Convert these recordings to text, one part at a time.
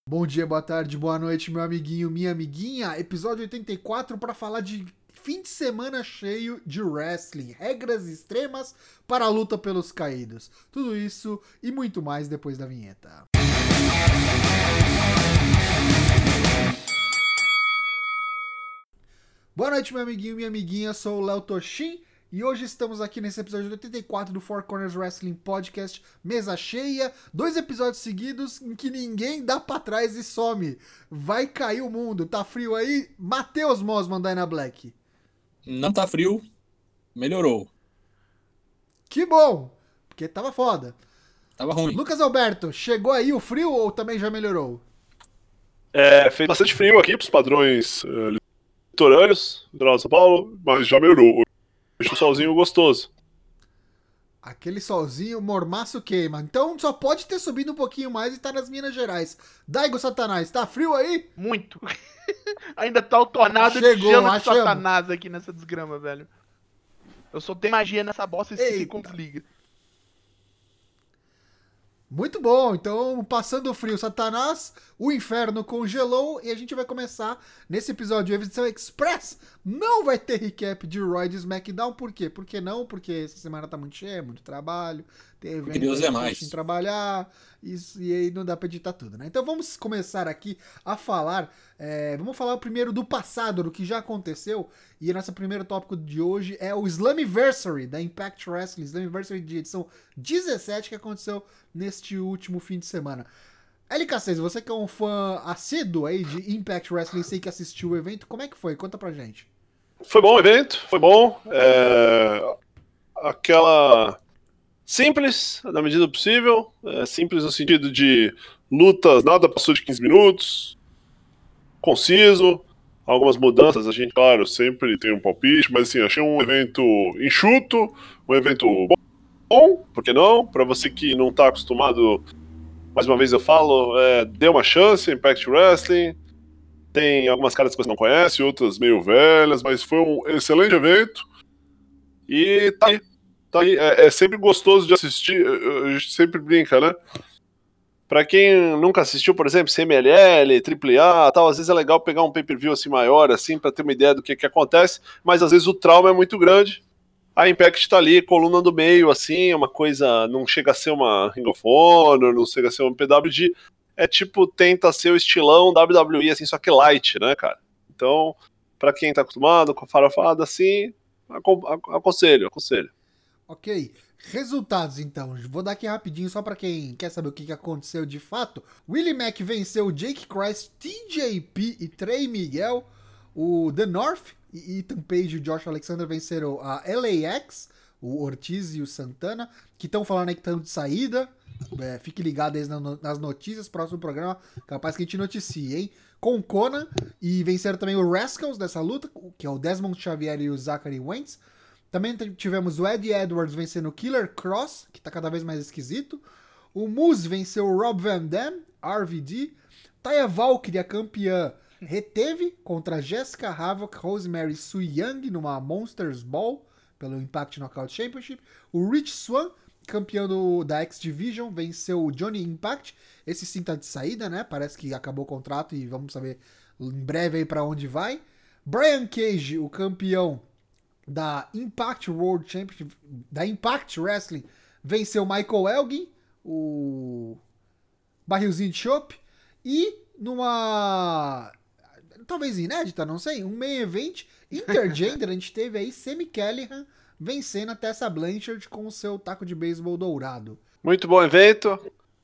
Bom dia, boa tarde, boa noite, meu amiguinho, minha amiguinha. Episódio 84 para falar de fim de semana cheio de wrestling, regras extremas para a luta pelos caídos. Tudo isso e muito mais depois da vinheta. Boa noite, meu amiguinho, minha amiguinha. Sou o Léo Toshin. E hoje estamos aqui nesse episódio 84 do Four Corners Wrestling Podcast, mesa cheia, 2 episódios seguidos em que ninguém dá pra trás e some. Vai cair o mundo, tá frio aí? Matheus Mosman, Dyna Black. Não tá frio, melhorou. Que bom, porque tava foda. Tava ruim. Lucas Alberto, chegou aí o frio ou também já melhorou? Fez bastante frio aqui pros padrões litorâneos do lado de São Paulo, mas já melhorou. Deixa um solzinho gostoso. Aquele solzinho, mormaço queima. Então só pode ter subido um pouquinho mais e tá nas Minas Gerais. Daigo Satanás, tá frio aí? Muito. Ainda tá o tornado Chegou, de gelo de achamos. Satanás aqui nessa desgrama, velho. Eu soltei magia nessa bosta e esqueci como desliga. Muito bom, então passando o frio, Satanás, o inferno congelou e a gente vai começar nesse episódio de edição Express. Não vai ter recap de Raw e de SmackDown, por quê? Por que não? Porque essa semana tá muito cheia, muito trabalho, tem evento Porque Deus é mais. sem trabalhar, isso, e aí não dá pra editar tudo, né? Então vamos começar aqui a falar, vamos falar primeiro do passado, do que já aconteceu, e o nosso primeiro tópico de hoje é o Slammiversary da Impact Wrestling, Slammiversary de edição 17 que aconteceu neste último fim de semana. LK6, você que é um fã assíduo aí de Impact Wrestling, sei que assistiu o evento, como é que foi? Conta pra gente. Foi bom o evento, foi bom. Aquela simples, na medida do possível. Simples no sentido de lutas, nada passou de 15 minutos. Conciso. Algumas mudanças, a gente, claro, sempre tem um palpite, mas assim, achei um evento enxuto, um evento bom, por que não? Pra você que não tá acostumado, mais uma vez eu falo, dê uma chance, Impact Wrestling. Tem algumas caras que você não conhece, outras meio velhas, mas foi um excelente evento. E tá aí. Tá aí. É sempre gostoso de assistir, a gente sempre brinca, né? Pra quem nunca assistiu, por exemplo, CMLL, AAA, tal, às vezes é legal pegar um pay-per-view assim maior, assim, pra ter uma ideia do que acontece, mas às vezes o trauma é muito grande. A Impact tá ali, coluna do meio, assim, uma coisa, não chega a ser uma Ring of Honor, não chega a ser uma PWG, é tipo, tenta ser o estilão WWE, assim, só que light, né, cara? Então, pra quem tá acostumado com a farofada, assim, aconselho. Ok, resultados então. Vou dar aqui rapidinho só pra quem quer saber o que aconteceu de fato. Willie Mack venceu Jake Christ, TJP e Trey Miguel. O The North e Ethan Page e Josh Alexander venceram a LAX, o Ortiz e o Santana, que estão falando aí que estão de saída. Fique ligado aí nas notícias, próximo programa, capaz que a gente noticie, hein? Com o Conan, e venceram também o Rascals dessa luta, que é o Desmond Xavier e o Zachary Wentz. Também tivemos o Eddie Edwards vencendo o Killer Cross, que tá cada vez mais esquisito. O Moose venceu o Rob Van Dam, RVD. Taya Valkyrie, a campeã, reteve contra Jessica Havoc, Rosemary Sue Young numa Monsters Ball pelo Impact Knockout Championship. O Rich Swann, campeão da X Division, venceu o Johnny Impact. Esse sim tá de saída, né? Parece que acabou o contrato e vamos saber em breve aí pra onde vai. Brian Cage, o campeão da Impact World Championship, da Impact Wrestling, venceu Michael Elgin, o barrilzinho de chopp, e numa, talvez inédita, não sei, um main event intergender, a gente teve aí Sami Callihan vencendo a Tessa Blanchard com o seu taco de beisebol dourado. Muito bom evento.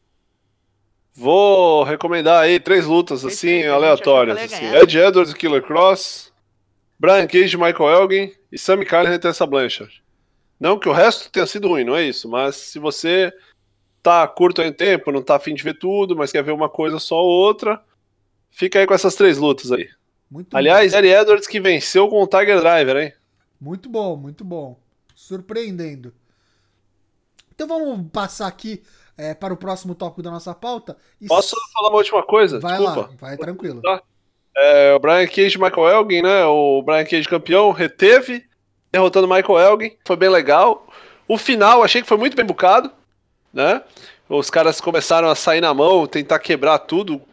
Vou recomendar aí 3 lutas, assim, aleatórias. Assim. Ed Edwards e Killer Cross, Brian Cage, Michael Elgin e Sami Callihan e Tessa Blanchard. Não que o resto tenha sido ruim, não é isso, mas se você tá curto aí em tempo, não tá afim de ver tudo, mas quer ver uma coisa só ou outra, fica aí com essas 3 lutas aí. Muito Aliás, bom. Eddie Edwards que venceu com o Tiger Driver, hein? Muito bom, muito bom. Surpreendendo. Então vamos passar aqui para o próximo tópico da nossa pauta. Posso falar uma última coisa? Vai Desculpa. lá, vai tranquilo. O Brian Cage e Michael Elgin, né? O Brian Cage campeão, reteve, derrotando o Michael Elgin, foi bem legal. O final, achei que foi muito bem bucado, né? Os caras começaram a sair na mão, tentar quebrar tudo,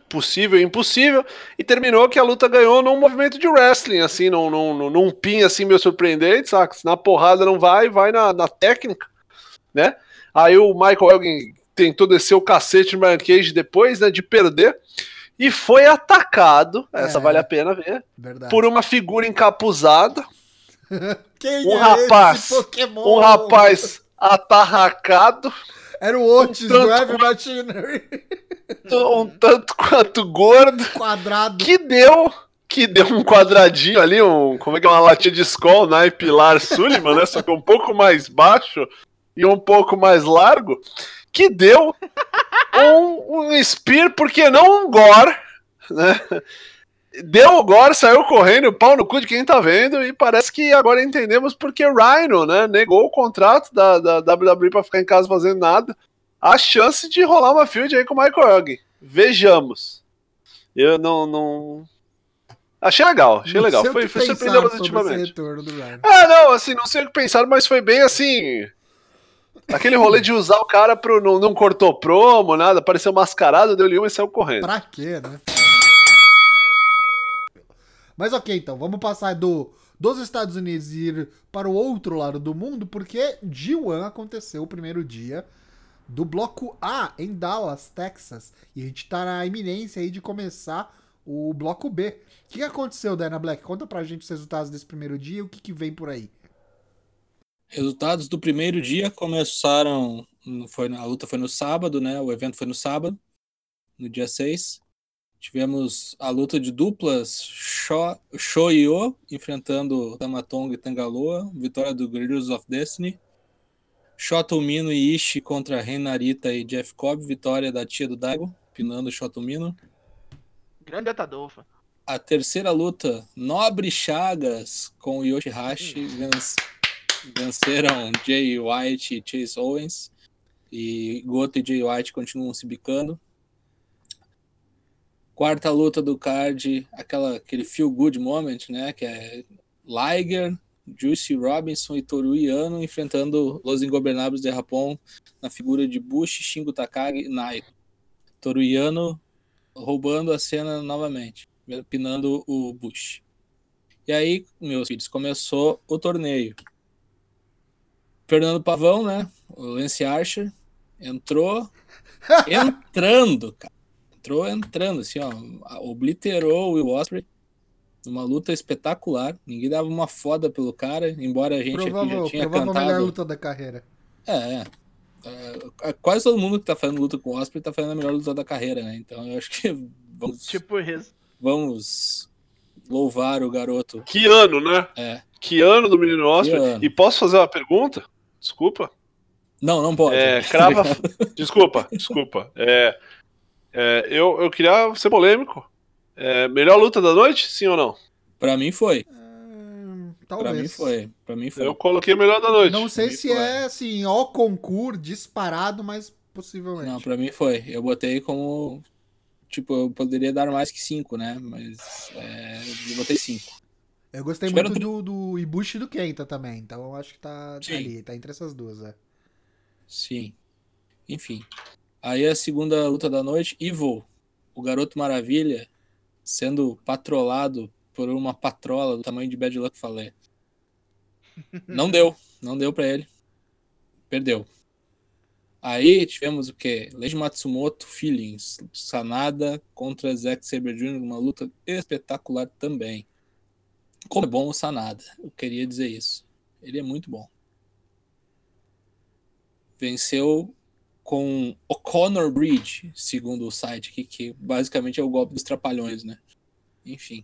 possível e impossível, e terminou que a luta ganhou num movimento de wrestling, assim, num pin assim meio surpreendente, saca? Se na porrada não vai na técnica, né? Aí o Michael Elgin tentou descer o cacete no Brian Cage depois, né, de perder, e foi atacado, essa vale a pena ver, Verdade. por uma figura encapuzada, Quem um é rapaz, esse Pokémon? um rapaz atarracado, Era o Otis do tanto Heavy Machinery. um tanto quanto gordo, Quadrado. que deu um quadradinho ali, como é que é, uma latinha de Skol, naipe Lars Sullivan, né, só que um pouco mais baixo e um pouco mais largo, que deu um spear, porque não um gore, né? Deu o gore, saiu correndo, pau no cu de quem tá vendo, e parece que agora entendemos porque Rhino, né, negou o contrato da WWE pra ficar em casa fazendo nada. A chance de rolar uma feud aí com o Michael Elgin. Vejamos. Eu não... Achei legal. Foi surpreendente positivamente. Retorno do Rhino. Não, assim, não sei o que pensar, mas foi bem assim... Aquele rolê de usar o cara pro... Não cortou promo, nada, apareceu mascarado, deu-lhe uma e saiu correndo. Pra quê, né? Mas ok, então, vamos passar dos Estados Unidos e ir para o outro lado do mundo, porque G1 aconteceu o primeiro dia do Bloco A, em Dallas, Texas. E a gente tá na iminência aí de começar o Bloco B. O que aconteceu, Diana Black? Conta pra gente os resultados desse primeiro dia e o que vem por aí. Resultados do primeiro dia começaram... a luta foi no sábado, né? O evento foi no sábado, no dia 6. Tivemos a luta de duplas Shoyo enfrentando Tamatonga e Tangaloa, vitória do Guerrillas of Destiny. Shota Umino e Ishii contra Ren Narita e Jeff Cobb, vitória da tia do Daigo, pinando Shota Umino. Grande Atadolfa. A terceira luta, Nobre Chagas com Yoshihashi, venceram Jay White e Chase Owens, e Goto e Jay White continuam se bicando. Quarta luta do card, aquele feel good moment, né? Que é Liger, Juicy Robinson e Toru Yano enfrentando Los Ingobernables de Japão na figura de Bushi, Shingo Takagi e Naito. Toru Yano roubando a cena novamente, pinando o Bushi. E aí, meus filhos, começou o torneio. Fernando Pavão, né? O Lance Archer entrando, cara. Entrando, assim, ó, obliterou o Will Ospreay numa luta espetacular. Ninguém dava uma foda pelo cara, embora a gente aqui já tinha cantado. Melhor luta da carreira. Quase todo mundo que tá fazendo luta com o Ospreay tá fazendo a melhor luta da carreira, né? Então eu acho que vamos louvar o garoto. Que ano, né? Que ano do menino Ospreay. E posso fazer uma pergunta? Desculpa. Não pode. Desculpa. Eu queria ser polêmico. Melhor luta da noite, sim ou não? Pra mim foi. Talvez. Pra mim foi. Eu coloquei melhor da noite. Não sei se é, assim, ó concurso, disparado, mas possivelmente. Não, pra mim foi. Eu botei como... Tipo, eu poderia dar mais que 5, né? Mas eu botei 5. Eu gostei muito do Ibushi e do Kenta também, então eu acho que tá ali, tá entre essas duas, Sim. Enfim. Aí a segunda luta da noite, Evil, o Garoto Maravilha, sendo patrolado por uma patrola do tamanho de Bad Luck Fale. Não deu pra ele. Perdeu. Aí tivemos o quê? Leiji Matsumoto, Feelings, Sanada contra Zack Sabre Jr., uma luta espetacular também. Como é bom o Sanada, eu queria dizer isso. Ele é muito bom. Venceu com O'Connor Bridge, segundo o site aqui, que basicamente é o golpe dos trapalhões, né? Enfim.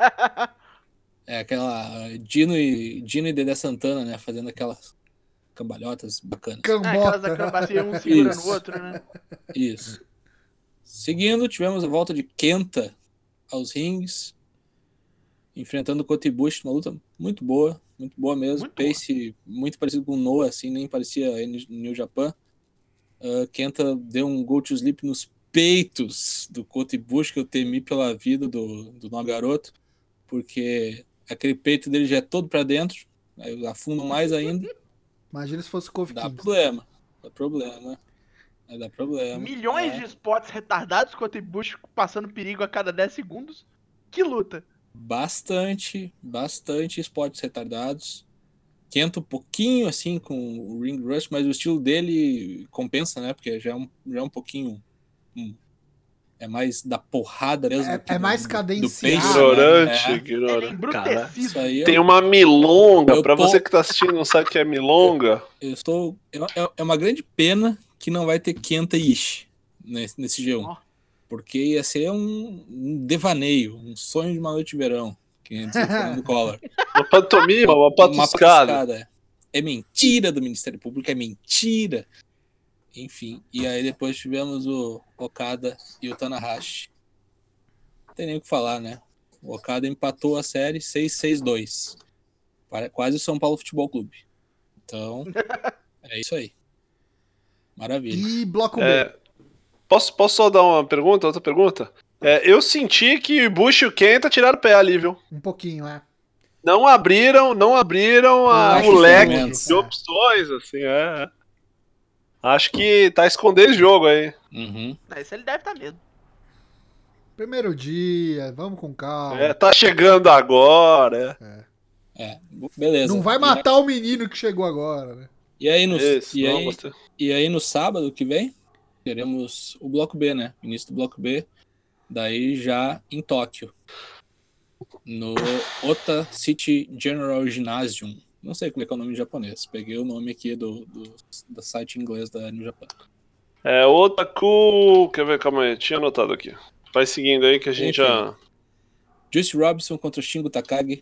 É aquela Dino e Dedé Santana, né? Fazendo aquelas cambalhotas bacanas. Aquelas acrobacias um segurando o outro, né? Isso. Seguindo, tivemos a volta de Kenta aos rings, enfrentando o Kota Ibushi, uma luta muito boa mesmo. Muito Pace muito parecido com o Noah, assim, nem parecia New Japan. Kenta deu um go to sleep nos peitos do Kota Ibushi, que eu temi pela vida do nosso garoto, porque aquele peito dele já é todo pra dentro, aí eu afundo mais ainda. Imagina se fosse Kofi Dá Kingston. problema. Vai dar problema. Milhões de spots retardados contra Ibushi passando perigo a cada 10 segundos. Que luta. Bastante spots retardados. Quenta um pouquinho assim com o Ring Rush, mas o estilo dele compensa, né? Porque já é um pouquinho. É mais da porrada mesmo. É mais cadenciado. pace, Ignorante, né? ignorante. Ele é Cara, embrutecido. Isso aí tem uma milonga, Eu pra tô- você que tá assistindo e não sabe o que é milonga. É uma grande pena que não vai ter Kenta e Ishii nesse G1. Ó. Porque ia ser um devaneio, um sonho de uma noite de verão. Que nem dizia o Fernando Collor. Uma pantomima, uma patuscada. É mentira do Ministério Público, é mentira. Enfim, e aí depois tivemos o Okada e o Tanahashi. Não tem nem o que falar, né? O Okada empatou a série 6-6-2. Quase o São Paulo Futebol Clube. Então, é isso aí. Maravilha. E bloco B. Posso só dar outra pergunta? Eu senti que o Ibushi e o Kenta tiraram o pé ali, viu? Um pouquinho, né? Não abriram acho o leque que de opções, assim, Acho que tá escondendo esse jogo aí. Uhum. Esse ele deve estar mesmo. Primeiro dia, vamos com calma. Tá chegando agora. Beleza. Não vai matar o menino que chegou agora, né? E aí, Gostei. e aí no sábado que vem, teremos o bloco B, né? Início do bloco B. Daí já em Tóquio. No Ota City General Gymnasium. Não sei como é que é o nome em japonês. Peguei o nome aqui do site inglês da New Japan. Otaku. Quer ver? Calma aí. Tinha anotado aqui. Vai seguindo aí que a gente Enfim. já. Juice Robinson contra Shingo Takagi.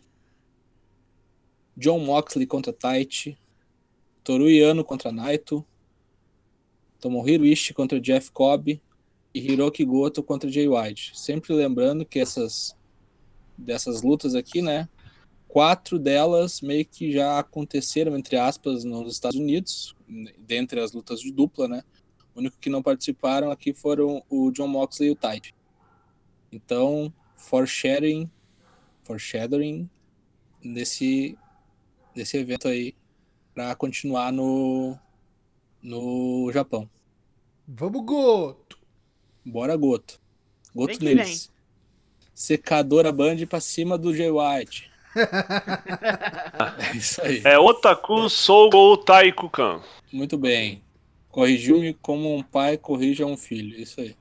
John Moxley contra Taichi. Toru Yano contra Naito. Tomohiro Ishii contra Jeff Cobb. E Hiroki Goto contra Jay White. Sempre lembrando que dessas lutas aqui, né? 4 delas meio que já aconteceram, entre aspas, nos Estados Unidos, dentre as lutas de dupla, né? O único que não participaram aqui foram o John Moxley e o Taichi. Então, foreshadowing desse evento aí para continuar no Japão. Vamos, Goto! Bora, Goto. Goto Vem que neles. Secadora Band pra cima do Jay White. É isso aí. Otaku Sougou Taikukan. Muito bem. Corrigiu-me como um pai corrige a um filho. Isso aí.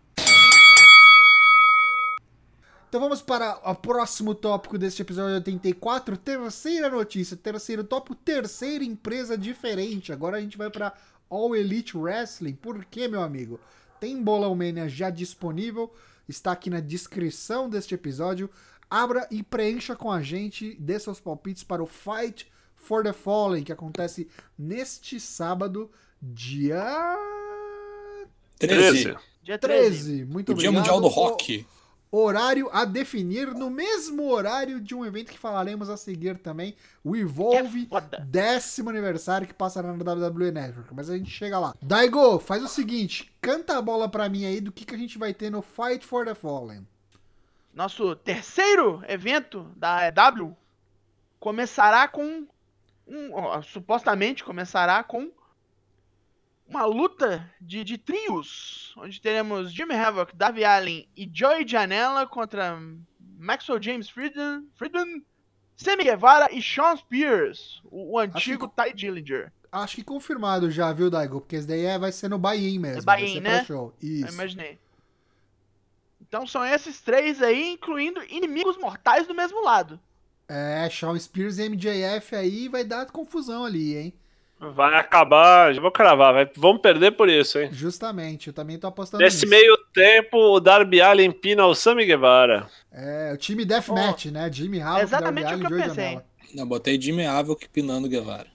Então vamos para o próximo tópico deste episódio 84, terceira notícia, terceiro tópico, terceira empresa diferente. Agora a gente vai para All Elite Wrestling. Por quê, meu amigo? Tem Bolão Mania já disponível, está aqui na descrição deste episódio. Abra e preencha com a gente, dê seus palpites para o Fight for the Fallen, que acontece neste sábado, dia 13. Dia 13. 13. Muito O obrigado. Dia Mundial do Rock. Horário a definir, no mesmo horário de um evento que falaremos a seguir também, o Evolve, É foda. 10º aniversário, que passará na WWE Network, mas a gente chega lá. Daigo, faz o seguinte, canta a bola pra mim aí do que a gente vai ter no Fight for the Fallen. Nosso terceiro evento da AEW começará com supostamente começará com uma luta de trios, onde teremos Jimmy Havoc, Darby Allin e Joey Janela contra Maxwell James Friedman, Sammy Guevara e Shawn Spears, o antigo Ty Dillinger. Acho que confirmado já, viu, Daigo? Porque esse daí vai ser no buy-in mesmo. Buy-in, vai ser né? pré-show. Isso. Eu imaginei. Então são esses três aí, incluindo inimigos mortais do mesmo lado. Shawn Spears e MJF aí vai dar confusão ali, hein? Vai acabar, já vou cravar, vamos perder por isso, hein? Justamente, eu também tô apostando Nesse nisso. meio tempo, o Darby Allin empina o Sammy Guevara. O time Deathmatch, né? Jimmy Havoc, exatamente Darby o que Allin, eu Joey pensei. Janela. Eu botei Jimmy Havoc pinando Guevara.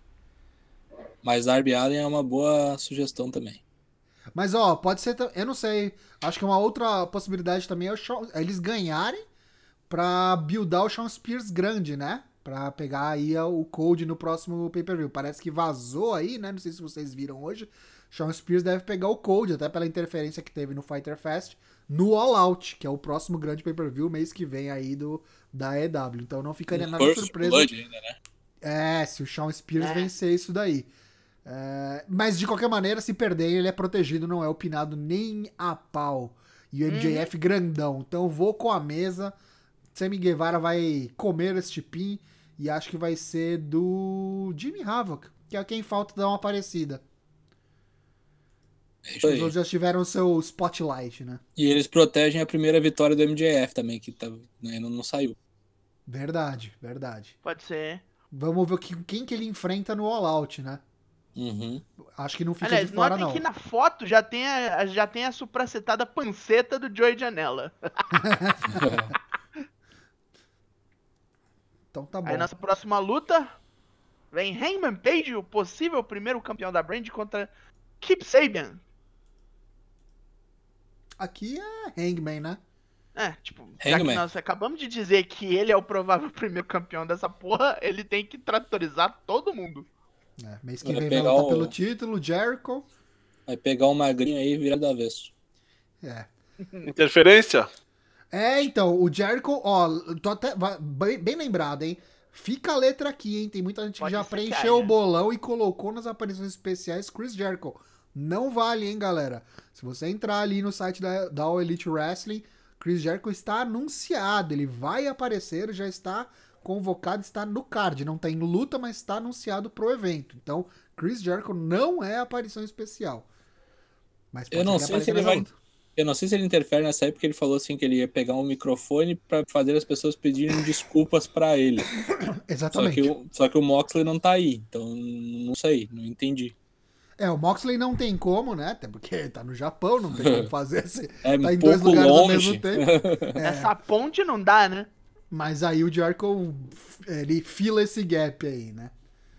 Mas Darby Allin é uma boa sugestão também. Mas, ó, pode ser... Eu não sei. Acho que uma outra possibilidade também é eles ganharem pra buildar o Shawn Spears grande, né? Pra pegar aí o Code no próximo pay-per-view. Parece que vazou aí, né? Não sei se vocês viram hoje. Shawn Spears deve pegar o Code, até pela interferência que teve no Fighter Fest, no All Out, que é o próximo grande pay-per-view mês que vem aí da AEW. Então não ficaria nada First surpresa. Blood ainda, né? Se o Shawn Spears vencer isso daí. Mas de qualquer maneira, se perder, ele é protegido, não é opinado nem a pau. E o MJF grandão. Então eu vou com a mesa. Sammy Guevara vai comer este pin. E acho que vai ser do Jimmy Havoc, que é quem falta dar uma parecida. É isso Os aí. outros já tiveram seu spotlight, né? E eles protegem a primeira vitória do MJF também, que ainda não saiu. Verdade, verdade. Pode ser. Vamos ver quem que ele enfrenta no All Out, né? Uhum. Acho que não fica Aliás, de fora, notem não. que na foto já tem a supracetada panceta do Joey Janela. Então tá bom. Aí nossa próxima luta vem Hangman Page, o possível primeiro campeão da brand, contra Kip Sabian. Aqui é Hangman, né? Tipo, já que Hangman. nós acabamos de dizer que ele é o provável primeiro campeão dessa porra, ele tem que tratorizar todo mundo. Mês que Vai vem vai pegar lutar o- pelo título, Jericho. Vai pegar um magrinho aí e virar do avesso. Interferência? Então, o Jericho, ó, tô até, bem lembrado, hein? Fica a letra aqui, hein? Tem muita gente que Pode já ser que preencheu haja. o bolão e colocou nas aparições especiais Chris Jericho. Não vale, hein, galera? Se você entrar ali no site da All Elite Wrestling, Chris Jericho está anunciado. Ele vai aparecer, já está convocado, está no card. Não tá em luta, mas está anunciado pro evento. Então, Chris Jericho não é aparição especial. Mas pode Eu não ser que sei se apareça ele nessa vai. luta. Eu não sei se ele interfere nessa aí, porque ele falou assim que ele ia pegar um microfone pra fazer as pessoas pedirem desculpas pra ele. Exatamente. Só que o Moxley não tá aí, então não sei, não entendi. O Moxley não tem como, né? Até porque tá no Japão, não tem como fazer esse. É Tá em um dois pouco lugares ao longe. mesmo tempo. Essa ponte não dá, né? Mas aí o Jericho, ele fila esse gap aí, né?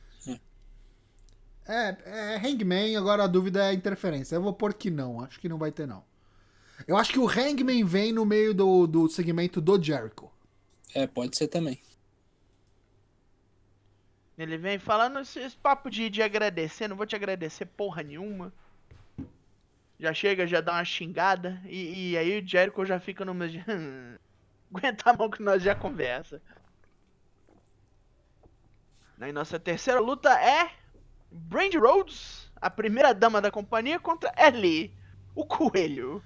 Hangman, agora a dúvida é a interferência. Eu vou pôr que não, acho que não vai ter não. Eu acho que o Hangman vem no meio do segmento do Jericho. Pode ser também. Ele vem falando esse papo de agradecer, não vou te agradecer porra nenhuma. Já chega, já dá uma xingada, e aí o Jericho já fica no meio de... aguenta a mão que nós já conversa. Aí nossa terceira luta é Brandi Rhodes, a primeira dama da companhia, contra Ellie, o coelho.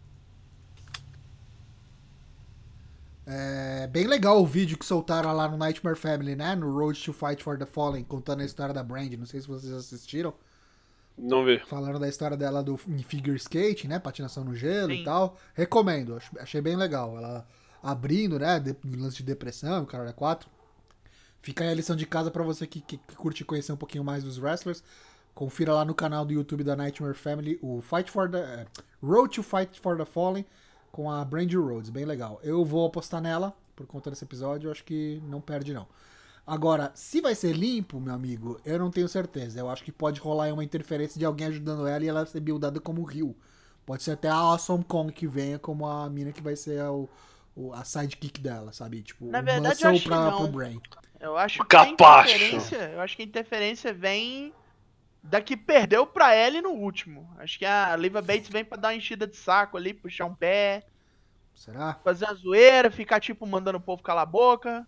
É bem legal o vídeo que soltaram lá no Nightmare Family, né? No Road to Fight for the Fallen, contando a história da Brandi. Não sei se vocês assistiram. Não vi. Falando da história dela em figure skate, né? Patinação no gelo Sim. e tal. Recomendo, achei bem legal. Ela abrindo, né? Lance de depressão, o cara é 4. Fica aí a lição de casa pra você que curte conhecer um pouquinho mais dos wrestlers. Confira lá no canal do YouTube da Nightmare Family o Road to Fight for the Fallen com a Brandi Rhodes. Bem legal. Eu vou apostar nela por conta desse episódio. Eu acho que não perde, não. Agora, se vai ser limpo, meu amigo, eu não tenho certeza. Eu acho que pode rolar aí uma interferência de alguém ajudando ela e ela ser buildada como Rio. Pode ser até a Awesome Kong que venha como a mina que vai ser a sidekick dela, sabe? Tipo, Na o verdade, eu muscle acho que pro não. Brain. Eu acho Capacho. que a interferência vem da que perdeu pra Ellie no último. Acho que a Liva Bates vem pra dar uma enchida de saco ali, puxar um pé, Será? fazer uma zoeira, ficar tipo mandando o povo calar a boca.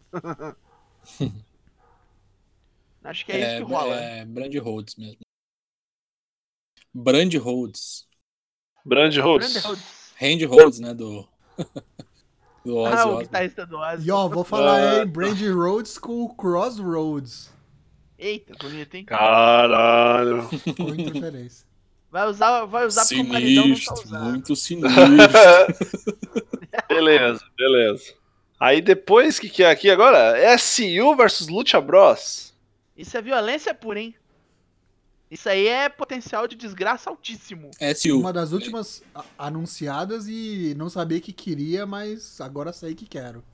Acho que é isso que rola. É Brandi Rhodes mesmo. Brandi Rhodes. Brandi Brandi Rhodes. Rhodes. Randy Rhodes, né? Do Ozzy O Osbourne. guitarrista do Ozzy. E ó, vou falar, hein? Brandi Rhodes com o Crossroads. Eita, bonito, hein? Caralho. Com interferência. Vai usar porque o maridão não tá Sinistro, usando. muito sinistro. Beleza. Aí depois, o que é aqui agora? SU versus Lucha Bros. Isso é violência pura, hein? Isso aí é potencial de desgraça altíssimo. SU. Uma das últimas anunciadas e não sabia que queria, mas agora sei que quero.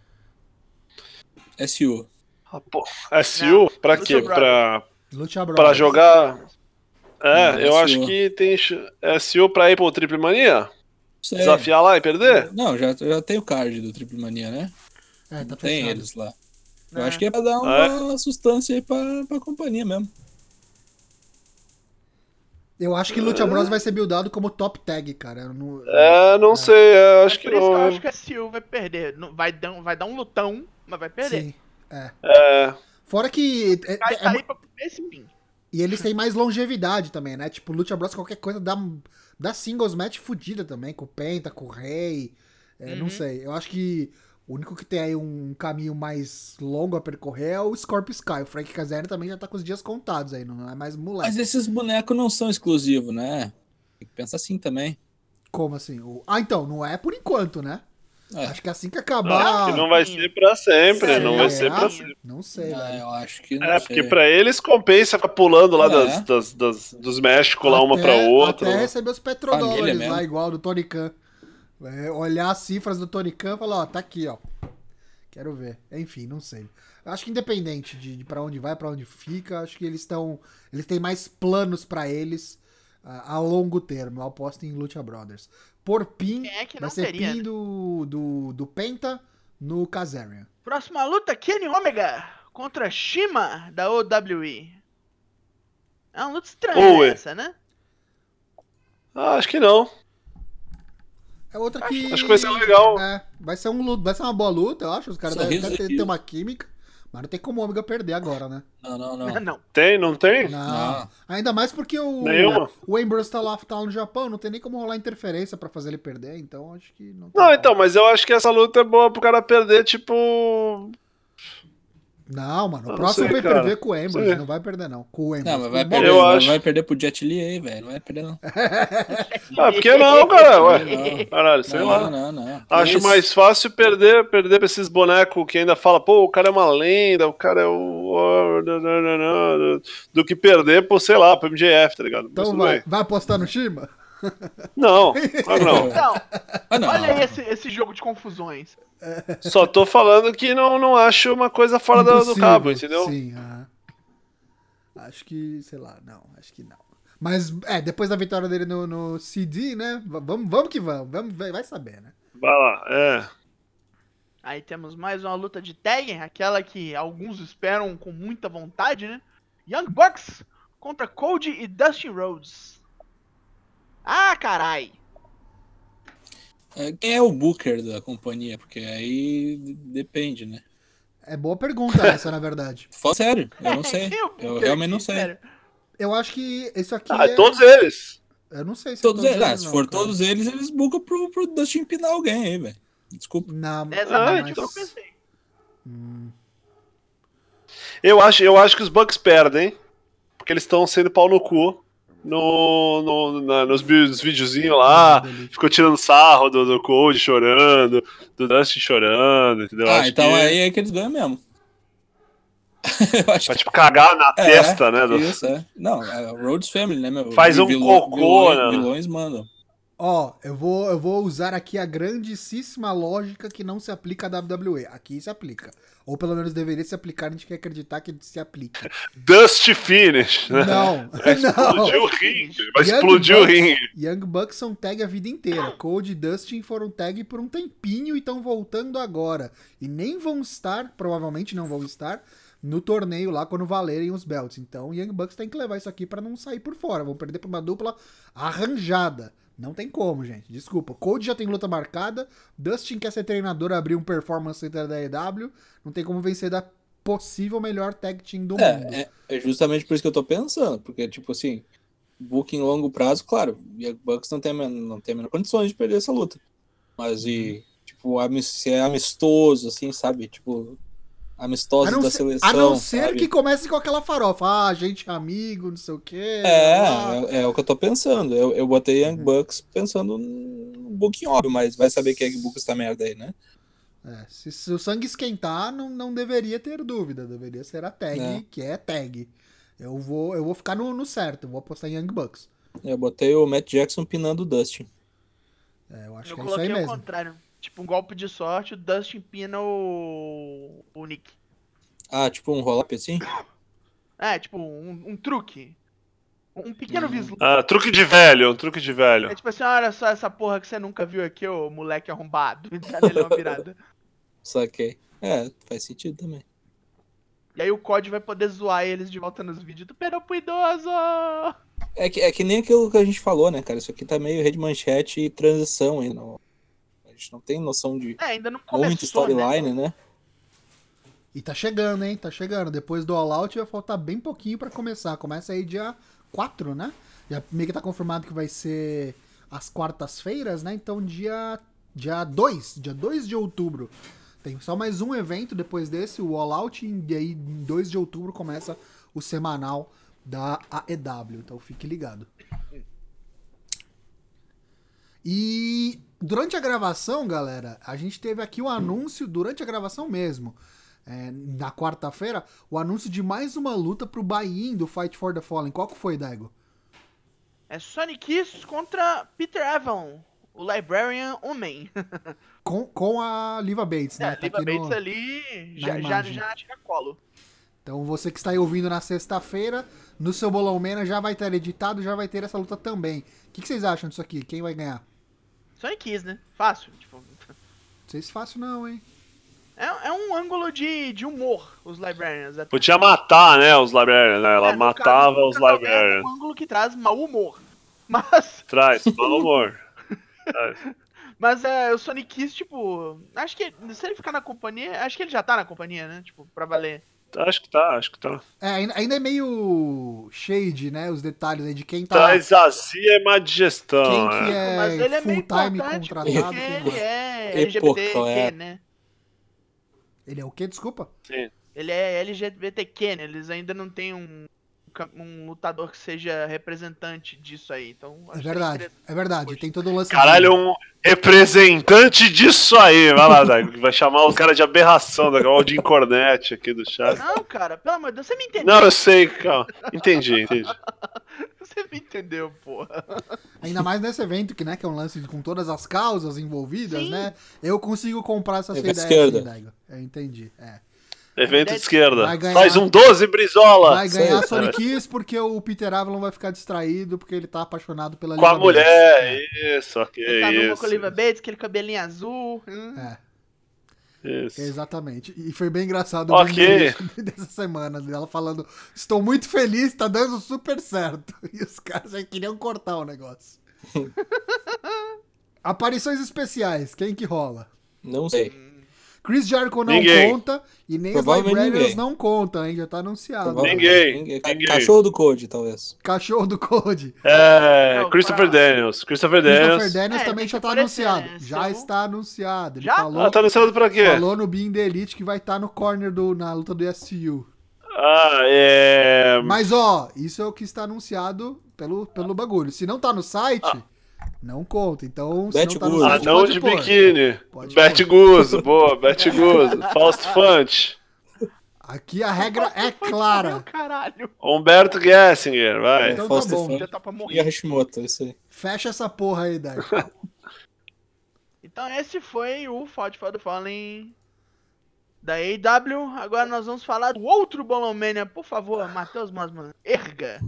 SU. Ah, pô. SU? Pra Lucha quê? Brothers. Lucha Bros. Pra jogar... Não, eu SU. acho que tem SU pra ir pro Triple Mania? Sei. Desafiar lá e perder? Não, já tem o card do Triple Mania, né? Tá Tem fechado. eles lá. Eu acho que é pra dar uma sustância aí pra companhia mesmo. Eu acho que Lucha Bros vai ser buildado como top tag, cara. Eu não, Não sei, acho que Por isso que eu não. acho que a Sil vai perder. Vai dar um lutão, mas vai perder. Sim. É, Fora que Vai sair pra comer esse pin. E eles têm mais longevidade também, né? Tipo, Lucha Bros, qualquer coisa dá singles match fodida também, com o Penta, com o Rei. Não sei. Eu acho que o único que tem aí um caminho mais longo a percorrer é o Scorpio Sky. O Frank Kazarian também já tá com os dias contados aí, não é mais moleque. Mas esses bonecos não são exclusivos, né? Tem que pensar assim também. Como assim? Então, não é por enquanto, né? É. Acho que assim que Não, acabar... que não vai ser pra sempre, não vai ser pra Ah, sempre. Não sei, velho. Eu acho que não É, sei. porque pra eles compensa ficar pulando lá É. dos México lá uma pra outra. Até receber os petrodólares Família lá, mesmo. igual do Tony Khan. Olhar as cifras do Tony Khan e falar, ó, tá aqui, ó. Quero ver. Enfim, não sei. Eu acho que independente de pra onde vai, pra onde fica, acho que eles têm mais planos pra eles a longo termo. Eu aposto em Lucha Brothers. Por PIN, Quem é que vai não ser teria, PIN né? do Penta no Kazarian. Próxima luta, Kenny Omega contra Shima, da OWE. É uma luta estranha Oi. essa, né? Acho que não. É outra que... Acho que vai ser legal. Vai ser uma boa luta, eu acho. Os caras devem Sorriso até aqui. ter uma química. Mas não tem como o Omega perder agora, né? Não. Não. Tem, não tem? Não. Ainda mais porque Nenhuma. o Ambrose tá lá no Japão, não tem nem como rolar interferência pra fazer ele perder, então acho que não tem Não, como. então, mas eu acho que essa luta é boa pro cara perder, tipo. Não, mano, o Eu não próximo sei, vai perder cara. com o Ambrose, Sei. não vai perder não. Com o Ambrose. Não, mas vai Com o perder, Eu Moxley. acho. vai perder pro Jet Li aí, velho. Não vai perder, não. Ah, por que não, cara? Ué, Não. caralho, sei lá. Não. Acho mais fácil perder pra esses bonecos que ainda fala, pô, o cara é uma lenda, o cara é o. Do que perder pro, sei lá, pro MJF, tá ligado? Mas Então tudo vai. bem. Vai apostar no Shima? Não, claro que não. Então, Ah, não. olha aí esse jogo de confusões. Só tô falando que não acho uma coisa fora do Impossível. cabo, entendeu? Sim, acho que, sei lá, não, acho que não. Mas, depois da vitória dele no CD, né? Vamos que vamos. Vai saber, né? Vai lá, Aí temos mais uma luta de tag, aquela que alguns esperam com muita vontade, né? Young Bucks contra Cody e Dustin Rhodes. Ah, carai! Quem é o Booker da companhia? Porque aí depende, né? É boa pergunta essa, na verdade. Fala sério, eu não sei. Quem é o Eu Booker realmente não aqui, sei. sério? Eu acho que isso aqui todos eles. Eu não sei se Todos é eles. eles Se não, for cara. todos eles, eles bucam pro Dustin empinar alguém aí, velho. Desculpa. Não, É exatamente o que então. eu pensei. Eu acho que os Bucks perdem, porque eles estão sendo pau no cu nos videozinhos lá, ficou tirando sarro do Cody chorando, do Dustin chorando, entendeu? Acho Então que aí é que eles ganham mesmo. Eu acho vai, tipo, cagar na testa, né? Isso, é. Não, é o Rhodes Family, né, meu? Faz um cocô, né? Vilões mandam. Ó, eu vou usar aqui a grandíssima lógica que não se aplica à WWE. Aqui se aplica. Ou pelo menos deveria se aplicar, a gente quer acreditar que se aplica. Dust Finish, né? Não, Explodir não. o ringue, vai Young explodir o Bucks- ringue. Young Bucks são tag a vida inteira. Cody e Dustin foram tag por um tempinho e estão voltando agora. E nem vão estar, provavelmente não vão estar, no torneio lá quando valerem os belts. Então Young Bucks tem que levar isso aqui pra não sair por fora. Vão perder pra uma dupla arranjada. Não tem como, gente. Desculpa. Cody já tem luta marcada. Dustin quer ser treinador, abrir um performance center da AEW. Não tem como vencer da possível melhor tag team do mundo. É justamente por isso que eu tô pensando. Porque, tipo assim, booking longo prazo, claro, Young Bucks não tem a menor condições de perder essa luta. Mas, tipo, se é amistoso, assim, sabe? Tipo, amistosos da seleção. A não ser sabe? que comece com aquela farofa. Ah, gente amigo, não sei o quê. É o que eu tô pensando. Eu botei Young Bucks pensando no booking óbvio, mas vai saber que Young Bucks tá merda aí, né? Se o sangue esquentar, não deveria ter dúvida. Deveria ser a tag, que é tag. Eu vou ficar no certo. Eu vou apostar em Young Bucks. Eu botei o Matt Jackson pinando o Dustin. Eu acho Eu que é isso aí coloquei o mesmo. contrário. Tipo, um golpe de sorte, o Dustin pina o Nick. Ah, tipo um roll-up assim? Tipo, um truque. Um pequeno vislumbre. Truque de velho, truque de velho. É tipo assim, olha só essa porra que você nunca viu aqui, ô moleque arrombado. E dá nele uma virada. Saquei. Faz sentido também. E aí o COD vai poder zoar eles de volta nos vídeos do Perão pro idoso. É que nem aquilo que a gente falou, né, cara? Isso aqui tá meio rede manchete e transição ainda. A gente não tem noção de Ainda não começou, muita storyline, né? E tá chegando, hein? Tá chegando. Depois do All Out vai faltar bem pouquinho pra começar. Começa aí dia 4, né? Já meio que tá confirmado que vai ser às quartas-feiras, né? Então dia 2 de outubro. Tem só mais um evento depois desse, o All Out, e aí em 2 de outubro começa o semanal da AEW. Então fique ligado. E durante a gravação, galera, a gente teve aqui um anúncio, durante a gravação mesmo, na quarta-feira, o anúncio de mais uma luta pro buy-in do Fight for the Fallen. Qual que foi, Daigo? É Sonny Kiss contra Peter Avalon, o Librarian Homem. Com a Liva Bates, né? A Liva Bates ali já tira colo. Então você que está aí ouvindo na sexta-feira, no seu Bolão Mena já vai ter editado, já vai ter essa luta também. O que vocês acham disso aqui? Quem vai ganhar? Sonny Kiss, né? Fácil. Tipo... Não sei se fácil não, hein? É um ângulo de humor, os Librarians. Podia matar, né, os Librarians, né? Ela matava os Librarians. É um ângulo que traz mau humor. Mas... Traz, mau humor. Mas o Sonny Kiss, tipo... Acho que se ele ficar na companhia... Acho que ele já tá na companhia, né? Tipo, pra valer. Acho que tá. Ainda é meio shade, né? Os detalhes aí de quem tá... Traz azia e má digestão, Quem que Mas ele é é meio full-time importante contratado. porque quem ele não é. é LGBTQ, né? Ele é o quê? Desculpa? Sim. Ele é LGBTQ, né? Eles ainda não têm um lutador que seja representante disso aí. Então, É verdade. Tem todo o lance Caralho, um representante disso aí. Vai lá, Daigo, que vai chamar os caras de aberração, da o Jim Cornette aqui do chat. Não, cara, pelo amor de Deus, você me entendeu. Não, eu sei, calma. Entendi. Você me entendeu, porra. Ainda mais nesse evento, que é um lance com todas as causas envolvidas, Sim. né? Eu consigo comprar essa sua Evento ideia esquerda. assim, Daigo. Eu entendi, Evento de esquerda. Vai ganhar- Faz um 12, Brizola. Vai ganhar Sei. Sonic Kiss porque o Peter Avalon vai ficar distraído porque ele tá apaixonado pela Com a Liva mulher, Bates. isso, ok, Ele tá numa isso. com a Liva Bates, aquele cabelinho azul. Isso. Exatamente. E foi bem engraçado Ok. o dessa semana dela falando: estou muito feliz, tá dando super certo. E os caras já queriam cortar o negócio. Aparições especiais, quem que rola? Não sei. Chris Jericho não Ninguém. conta e nem os Provavelmente Librarians ninguém. não contam, hein? Já tá anunciado. Provavelmente Ninguém. Cachorro do Code, talvez. Cachorro do Code. Não, Christopher Daniels. Christopher Daniels também tem já que tá aparecer, anunciado. né? Já está anunciado. Ele Já? falou, Tá anunciado pra quê? falou no Being the Elite que vai estar no corner na luta do SCU. Mas ó, isso é o que está anunciado pelo bagulho. Se não tá no site, não conta. Então, se Bet não tá no Guzzo. site, Anão pode de pôr. biquíni. Pode Bet Guzzo, boa, Bet Guzzo. Fausto Fante. Aqui a regra é Meu clara. caralho. Humberto Gessinger, vai. Então tá Fausto bom. Fante Já tá pra E morrer. a Hashimoto, isso aí. Fecha essa porra aí, Dai. Então esse foi o Fight for the Fallen da AEW. Agora nós vamos falar do outro Bolomania. Por favor, Matheus Mosman, erga.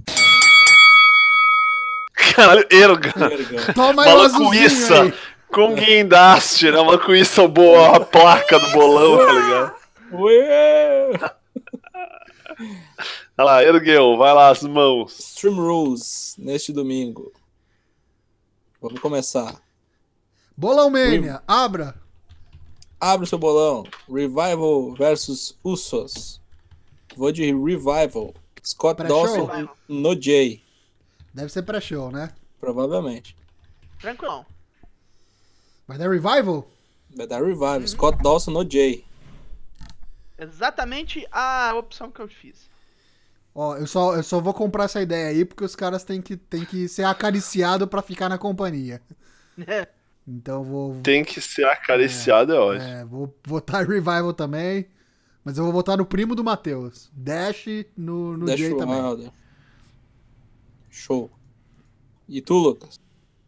Caralho, erga. Erga. Toma aí o azulzinho Malucuíça. aí. Com guindaste, né? Malucuíça boa, a placa do bolão, tá ligado? Ué! Olha lá, ergueu, vai lá as mãos. Stream Rules, neste domingo. Vamos começar. Bolão Mania, abra. Abre o seu bolão. Revival versus Usos. Vou de Revival. Scott Pré-show? Dawson no Jay. Deve ser pré-show, né? Provavelmente. Tranquilão. Vai dar revival? Vai dar Revival. Scott Dawson no Jay. Exatamente a opção que eu fiz. Ó, eu só vou comprar essa ideia aí porque os caras têm que ser acariciados pra ficar na companhia. Então vou. Tem que ser acariciado, é ótimo. Vou votar revival também. Mas eu vou votar no primo do Matheus. Dash no Dash Jay também. Wilder. Show. E tu, Lucas?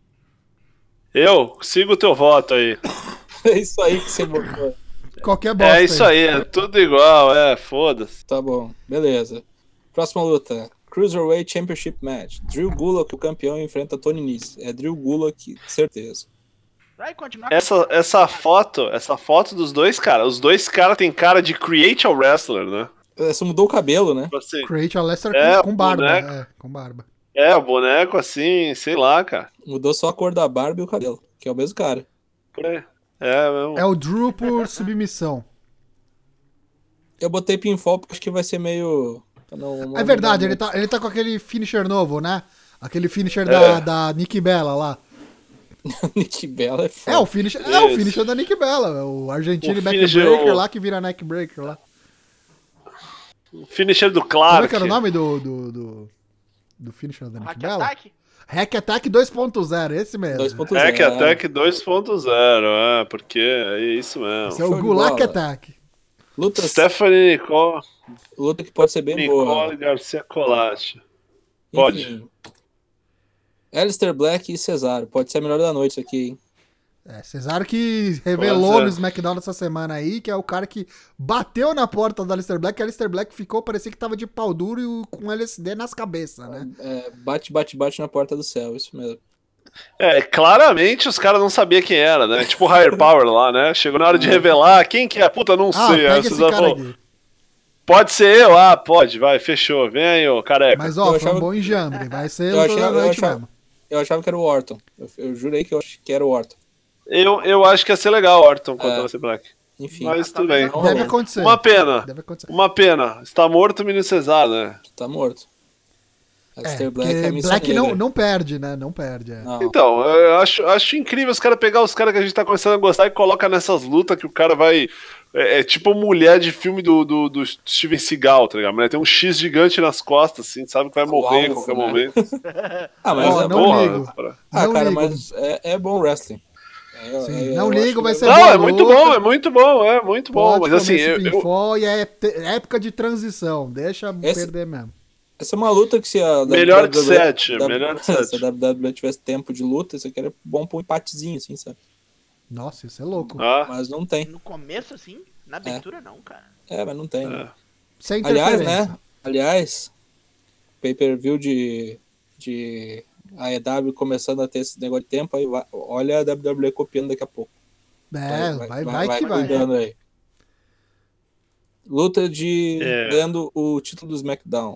Eu sigo o teu voto aí. É isso aí que você botou. Qualquer bosta. É isso aí, é tudo igual, foda-se. Tá bom, beleza. Próxima luta. Cruiserweight Championship Match. Drew Gulak, o campeão, enfrenta Tony Nese. É Drew Gulak, certeza. Vai continuar. Essa foto dos dois caras. Os dois caras têm cara de create a wrestler, né? Você mudou o cabelo, né? Tipo assim, Create a Lester com o barba. boneco. Com barba. o boneco assim, sei lá, cara. Mudou só a cor da barba e o cabelo, que é o mesmo cara. Por aí. É mesmo. É o Drew por submissão. Eu botei pinfall porque acho que vai ser meio... É verdade, ele tá com aquele finisher novo, né? Aquele finisher da Nikki Bella lá. Nick Bella é foda. É o finisher da Nikki Bella, o argentino backbreaker lá que vira neckbreaker lá. O finisher do Como Clark. é que era o nome do finisher da Nikki Hack Bella? Attack? Hack Attack 2.0, esse mesmo. 2.0. Hack Attack 2.0, porque é isso mesmo. Esse é o Show de Gulak bola. Attack. Luta que pode ser bem boa. Nicole Garcia Colatti. Pode. Enfim. Aleister Black e Cesaro. Pode ser a melhor da noite isso aqui, hein? Cesaro que revelou Pode no ser. SmackDown essa semana aí, que é o cara que bateu na porta do Aleister Black, que o Aleister Black ficou, parecia que tava de pau duro e com LSD nas cabeças, né? Bate na porta do céu, isso mesmo. Claramente os caras não sabiam quem era, né? Tipo o Higher Power lá, né? Chegou na hora de revelar quem que é. Puta, não sei. Aí pega o esse Cesaro cara falou, aqui. pode ser eu? Ah, pode, vai, fechou. Vem aí, ô careca. Mas Eu ó, foi achava- um bom enjambre, vai ser Eu toda achava- noite mesmo. Eu achava que era o Orton. Eu jurei que era o Orton. Eu acho que ia ser legal, Orton, contra o Aleister Black. Enfim, Mas tudo bem. Não Deve rolou. acontecer. Uma pena. Deve acontecer. Uma pena. Está morto o menino Cesaro, né? tá morto. Aleister Black porque é missa Black negra. não perde, né? Não perde. Não. Então, eu acho incrível os caras pegar os caras que a gente tá começando a gostar e coloca nessas lutas que o cara vai. É tipo mulher de filme do Steven Seagal, tá ligado? A mulher tem um X gigante nas costas, assim, sabe que vai morrer em alvo, qualquer né? momento. Mas Ó, é não bom. ligo. Não Cara, ligo. mas é bom wrestling. Sim, não eu ligo, acho vai que ser Não, boa é muito luta. bom, é muito bom, é muito bom. Pode Mas assim, comer esse eu, pinfall e é época de transição. Deixa perder mesmo. Essa é uma luta que se a Melhor de WWE sete, melhor de se a sete. WWE tivesse tempo de luta, isso aqui era bom pra um empatezinho, assim, sabe? Nossa, isso é louco. Ah, Mas não tem. No começo, assim? Na abertura, não, cara. Mas não tem, né? Sem Aliás, interferência. né? Aliás, pay-per-view de AEW começando a ter esse negócio de tempo, aí olha a WWE copiando daqui a pouco. Vai que vai. cuidando aí. Luta É. ganhando o título do SmackDown.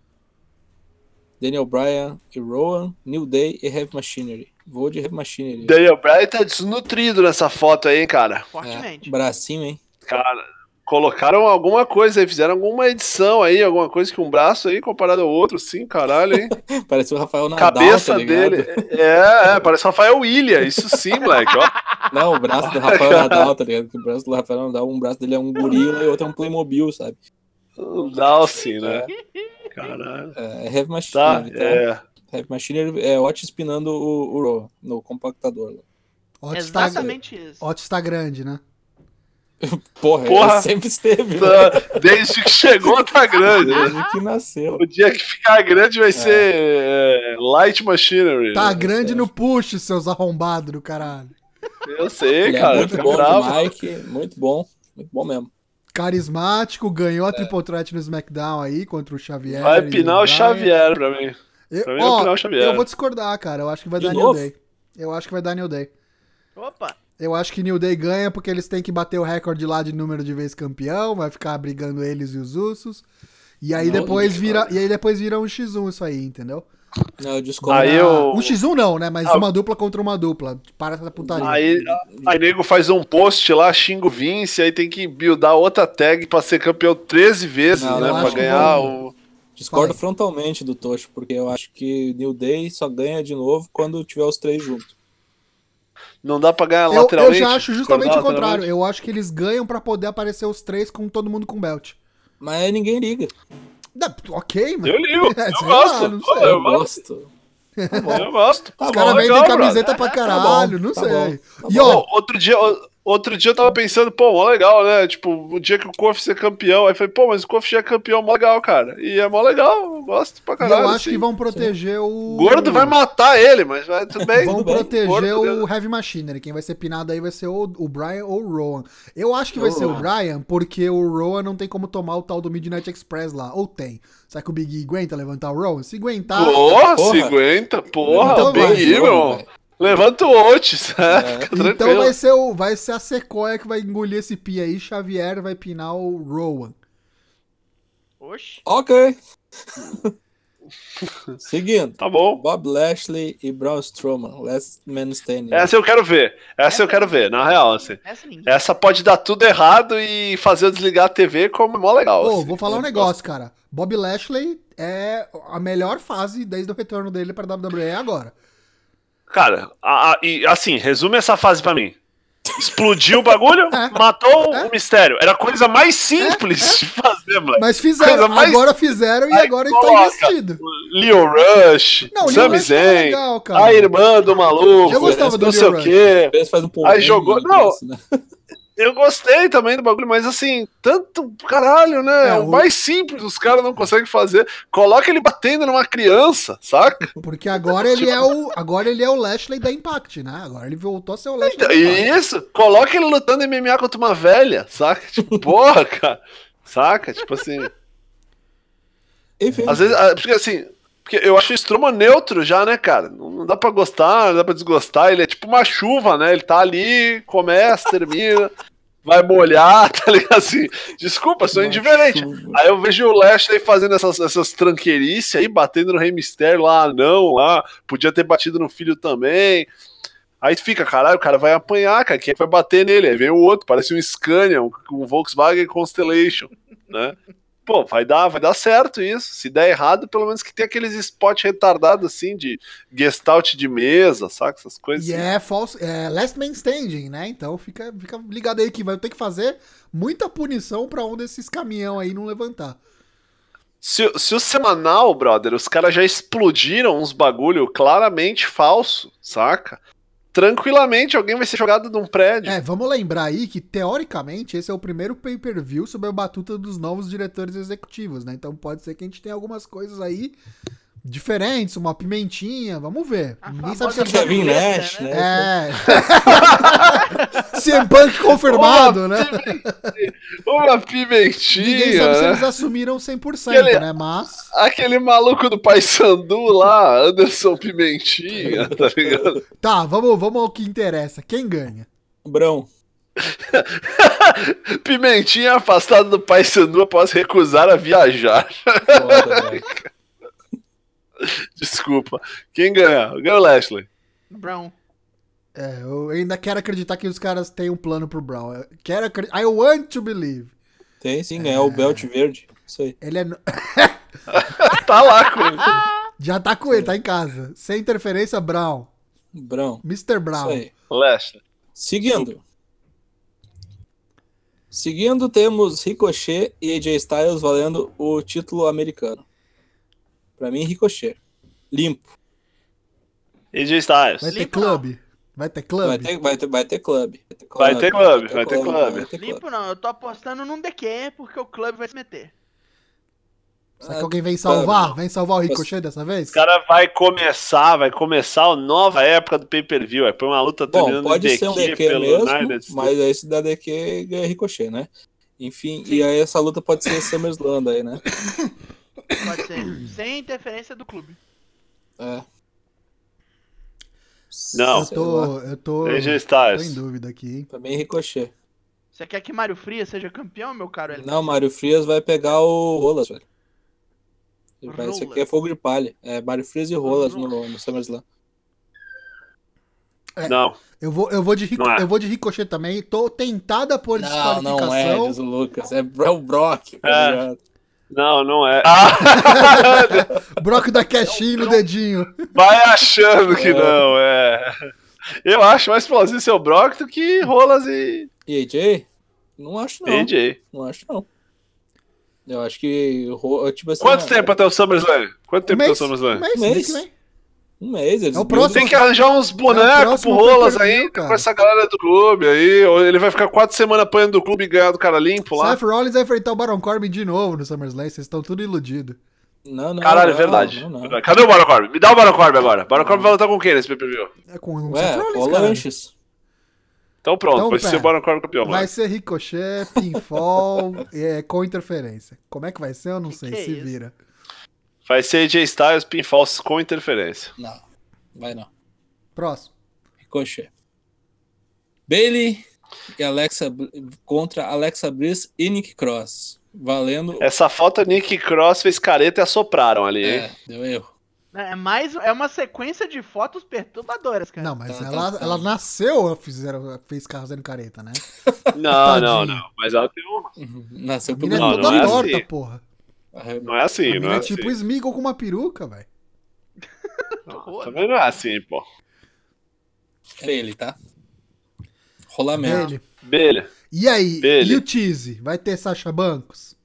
Daniel Bryan e Rowan, New Day e Heavy Machinery. Vou de Heavy Machinery. Daniel Bryan tá desnutrido nessa foto aí, hein, cara. Fortemente. Bracinho, hein? Cara, colocaram alguma coisa aí, fizeram alguma edição aí, alguma coisa que um braço aí comparado ao outro, sim, caralho, hein? Parece o Rafael Nadal, Cabeça tá ligado? dele. Parece o Rafael William, isso sim, moleque, ó. Não, o braço do Rafael Nadal, tá ligado? Que o braço do Rafael Nadal, um braço dele é um gorila e o outro é um Playmobil, sabe? Dá sim, né? Caralho. É Heavy Tá, Machinery, tá? Heavy Machinery é Otis espinando o Rowan no compactador. Otis tá, Exatamente isso. Otis tá grande, né? Porra. Ele sempre esteve, né? Desde que chegou tá grande, né? Desde que nasceu. O dia que ficar grande vai ser Light Machinery. Tá né? grande no push, seus arrombados do caralho. Eu sei, Ele cara. é muito fica bom bravo. de Mike, muito bom mesmo. Carismático, ganhou a Triple Threat no SmackDown aí contra o Xavier. Vai e pinar o Bryan. Xavier pra mim. Pra mim vai pinar o Xavier. Eu vou discordar, cara. Eu acho que vai De dar novo? New Day. Eu acho que vai dar New Day. Opa! Eu acho que New Day ganha porque eles têm que bater o recorde lá de número de vezes campeão, vai ficar brigando eles e os Usos. E aí Não, depois não, vira, e aí depois vira um X1 isso aí, entendeu? Não, eu discordo. Aí eu- Um X1 não, né? Mas uma dupla contra uma dupla. Para essa putaria. Aí nego faz um post lá, xinga o Vince, aí tem que buildar outra tag pra ser campeão 13 vezes, Não, né? eu Pra acho que ganhar vão- o. Discordo Fala aí. frontalmente do Tocho, porque eu acho que New Day só ganha de novo quando tiver os três juntos. Não dá pra ganhar Eu lateralmente. já acho justamente o discordar contrário. lateralmente. Eu acho que eles ganham pra poder aparecer os três com todo mundo com belt. Mas aí ninguém liga. Ok, mano. Eu ligo, É, eu sei lá, gosto. não sei. Eu gosto. gosto. Eu gosto. Os caras vendem legal, camiseta brother. pra caralho, não tá sei. bom, tá E bom. ó, Pô, outro dia eu tava pensando, pô, mó legal, né? Tipo, o dia que o Kofi ser campeão, aí eu falei, pô, mas o Kofi já é campeão, mó legal, cara. E é mó legal, eu gosto pra e caralho. eu acho assim. que vão proteger o. Gordo vai matar ele, mas vai tudo bem. Vão tudo bem. proteger Gordo, o Heavy Machinery. Quem vai ser pinado aí vai ser o Bryan ou o Rowan. Eu acho que vai O ser o Rowan. Bryan, porque o Rowan não tem como tomar o tal do Midnight Express lá. Ou tem. Será que o Big E aguenta levantar o Rowan? Se aguentar. Porra, Porra. se aguenta, porra, Então bem vai, aí, meu irmão. velho. Levanta o Otis, fica Então tranquilo. vai ser a Sequoia que vai engolir esse pi aí. Xavier vai pinar o Rowan. Oxi. Ok. Seguindo. Tá bom. Bob Lashley e Braun Strowman. Last Man Standing. Essa eu quero ver. Essa eu quero ver, na real, assim. Ninguém. Essa pode dar tudo errado e fazer eu desligar a TV como mó legal. Pô, assim. vou falar um negócio, cara. Bob Lashley é a melhor fase desde o retorno dele pra WWE agora. Cara, e assim, resume essa fase pra mim. Explodiu o bagulho, matou o mistério. Era a coisa mais simples de fazer, moleque. Mas fizeram, agora fizeram e Aí agora está coloca investido. Leo Rush, Não, o Leo Sami Rush tava Zayn, legal, cara. a irmã do maluco, Eu gostava do não sei Leo o Rush. quê. Faz um Aí jogou. Não, né? eu gostei também do bagulho, mas assim, tanto caralho, né? É o mais simples, os caras não conseguem fazer. Coloca ele batendo numa criança, saca? Porque agora ele é o Lashley da Impact, né? Agora ele voltou a ser o Lashley da Impact. Isso, coloca ele lutando MMA contra uma velha, saca? Tipo, porra, cara. Saca? Tipo assim. Enfim. Às vezes, porque assim, porque eu acho o Strowman neutro já, né, cara? Não dá pra gostar, não dá pra desgostar. Ele é tipo uma chuva, né? Ele tá ali, começa, termina, vai molhar, tá ligado? Assim, desculpa, sou indiferente. Aí eu vejo o Lashley fazendo essas tranqueirices aí, batendo no Rey Mysterio lá, não, lá, podia ter batido no filho também. Aí fica, caralho, o cara vai apanhar, cara, quem vai bater nele? Aí vem o outro, parece um Scania, um Volkswagen Constellation, né? Pô, vai dar certo isso. Se der errado, pelo menos que tem aqueles spots retardados assim de gestalt de mesa, saca? Essas coisas. E assim. é Last Man Standing, né? Então fica ligado aí que vai ter que fazer muita punição pra um desses caminhão aí não levantar. Se o semanal, brother, os caras já explodiram uns bagulho claramente falso, saca? Tranquilamente alguém vai ser jogado de um prédio. Vamos lembrar aí que, teoricamente, esse é o primeiro pay-per-view sob a batuta dos novos diretores executivos, né? Então pode ser que a gente tenha algumas coisas aí diferentes, uma pimentinha, vamos ver. Ninguém sabe se Kevin Nash, né? CM Punk confirmado, né? Uma pimentinha. Ninguém sabe se né? eles assumiram 100%, né? Mas... Aquele maluco do Paysandu lá, Anderson Pimentinha, tá ligado? Tá, vamos ao que interessa. Quem ganha? Brão. Pimentinha afastado do Paysandu após recusar a viajar. Foda, velho. Desculpa. Quem ganha? Ganha o Lashley. Brown. Eu ainda quero acreditar que os caras têm um plano pro Brown. I want to believe. Tem sim, ganhar o belt verde. Isso aí. Ele é... Tá lá com ele. Já tá com ele, tá em casa. Sem interferência, Brown. Brão. Mr. Brown. Isso aí. Lashley. Seguindo, temos Ricochet e AJ Styles valendo o título americano. Pra mim, Ricochet. Limpo. AJ Styles. Vai ter Limpo clube? Vai ter clube? Vai ter clube. Vai ter clube. Limpo não, eu tô apostando num DQ porque o clube vai se meter. Será que alguém vem salvar? Vem salvar o Ricochet dessa vez? O cara vai começar a nova época do pay-per-view. Vai pôr uma luta Bom, terminando pode em ser um DQ DQ pelo mesmo, United States. mas aí se dá DQ ganha Ricochet, né? Enfim, e aí essa luta pode ser SummerSlam aí, né? Pode ser. Sem interferência do clube. É. Não. Sei lá. Eu tô AJ em Styles. dúvida aqui, hein? Também Ricochet. Você quer que Mário Frias seja campeão, meu caro? Não, Mário Frias vai pegar o Rolas, velho. Isso aqui é fogo de palha. É Mário Frias e Rolas no SummerSlam. Não. Eu vou de Não é. eu vou de Ricochet também. Tô tentada por Não desqualificação. é, diz o Lucas. É o Brock. Tá ligado? Não é. Brock da cashinha no dedinho. Vai achando que não, Eu acho mais plausível ser o Brock do que Rolas e E AJ? Não acho não. AJ. Não acho não. Eu acho que, tipo assim... Quanto tempo até o SummerSlam? Quanto tempo até o mês, SummerSlam? mês que vem. Um mês. Eles É o próximo. Tem que arranjar uns bonecos pro Rolas aí, com essa galera do clube aí. Ou ele vai ficar 4 semanas apanhando do clube e ganhar do cara limpo lá. Seth Rollins vai enfrentar o Baron Corbin de novo no SummerSlam. Vocês estão tudo iludidos. Não. Caralho, é verdade. Não. Cadê o Baron Corbin? Me dá o Baron Corbin agora. O Baron Corbin vai lutar com quem nesse pay-per-view? É com o Ué, Seth Rollins, o cara. Lanches. Então pronto, Então, vai ser pera. o Baron Corbin campeão. Vai Mano. ser Ricochet, pinfall, com interferência. Como é que vai ser? Eu não sei. que é Se isso? vira. Vai ser AJ Styles, pinfall com interferência. Não, vai não. Próximo. Ricochet. Bayley e contra Alexa Bliss e Nick Cross. valendo. Essa foto Nick Cross fez careta e assopraram ali, hein? Deu erro. É uma sequência de fotos perturbadoras, cara. Não, mas Tá, ela nasceu, fez fazendo careta, né? Não, Tadinha. não. Mas ela tem um. Nasceu A por mina é Não, toda não é torta, assim. porra. Não é assim, A não mina é é assim. tipo o Smeagol com uma peruca, velho. Também não é assim, pô. Ele, tá? Rolamento. Ele. Belha. E aí, Ele. e o Cheese? Vai ter Sasha Bancos?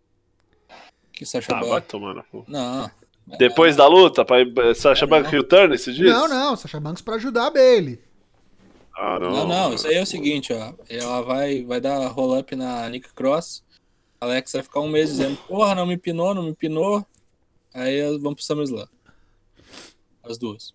Que Sacha Ah, vai Banks. tomar no cu. Não. Depois da luta, você acha Não. que o turn se diz? Não, Sasha Bancos pra ajudar a Bailey. Ah, Não, isso aí é o seguinte, ó. Ela vai dar roll-up na Nick Cross. A Alexa vai ficar um mês dizendo, porra, não me pinou. Aí elas vão pro SummerSlam. As duas.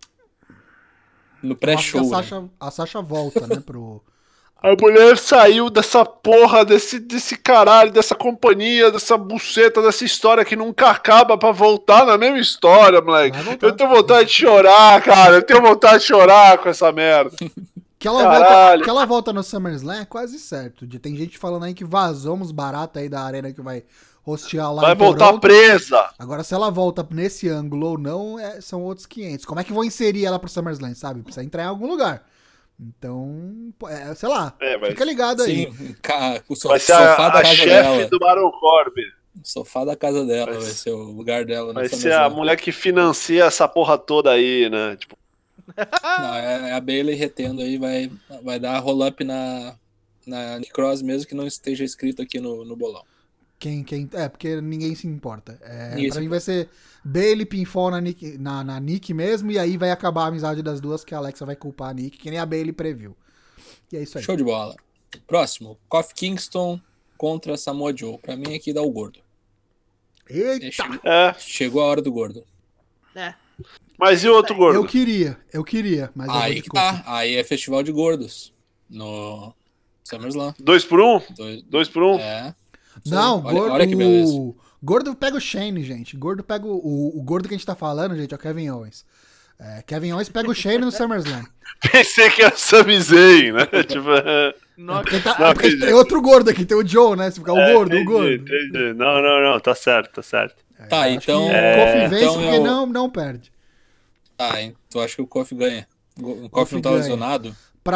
No Eu acho que pré-show, né? a Sasha volta, né, pro... A mulher saiu dessa porra, desse caralho, dessa companhia, dessa buceta, dessa história que nunca acaba pra voltar na mesma história, moleque. Vai voltar. Eu tenho vontade de chorar, cara. Eu tenho vontade de chorar com essa merda. Caralho. Que ela volta no SummerSlam é quase certo. Tem gente falando aí que vazou uns baratos aí da arena que vai hostear lá Vai em voltar Toronto. presa. Agora, se ela volta nesse ângulo ou não, são outros 500. Como é que vão inserir ela pro SummerSlam, sabe? Precisa entrar em algum lugar. Então, sei lá, mas... fica ligado aí. Sim, o Vai ser sofá da a casa chefe dela. do Baron Corbin. O sofá da casa dela vai ser o lugar dela. Vai no ser SummerSlam. a mulher que financia essa porra toda aí, né? Tipo, Não, é a Bailey retendo aí, vai dar roll-up na Nick Cross, mesmo que não esteja escrito aqui no bolão. Porque ninguém se importa. Ninguém Pra se mim vai ser Bailey pinfall na Nick mesmo, e aí vai acabar a amizade das duas, que a Alexa vai culpar a Nick, que nem a Bailey previu. E é isso aí. Show de bola. Próximo, Kofi Kingston contra Samoa Joe. Pra mim aqui dá o gordo. Eita! Chegou a hora do gordo. É. mas e o outro gordo? Eu queria, mas eu vou Aí de que Kofi. tá. Aí é festival de gordos. No SummerSlam. 2 por 1? Dois- 2 por 1? É. Não, Olha que beleza. Gordo pega o Shane, gente. Gordo pega o gordo que a gente tá falando, gente, é o Kevin Owens. Kevin Owens pega o Shane no SummerSlam. Pensei que era o Sami Zayn, né? Tipo, Não, Porque tem outro gordo aqui, tem o Joe, né? Se ficar o gordo. entendi. Não, tá certo. Tá, Acho então. que o Kofi vence então porque eu- não perde. Tá, hein, tu acha que o Kofi ganha? O Kofi Kofi não tá ganha. lesionado?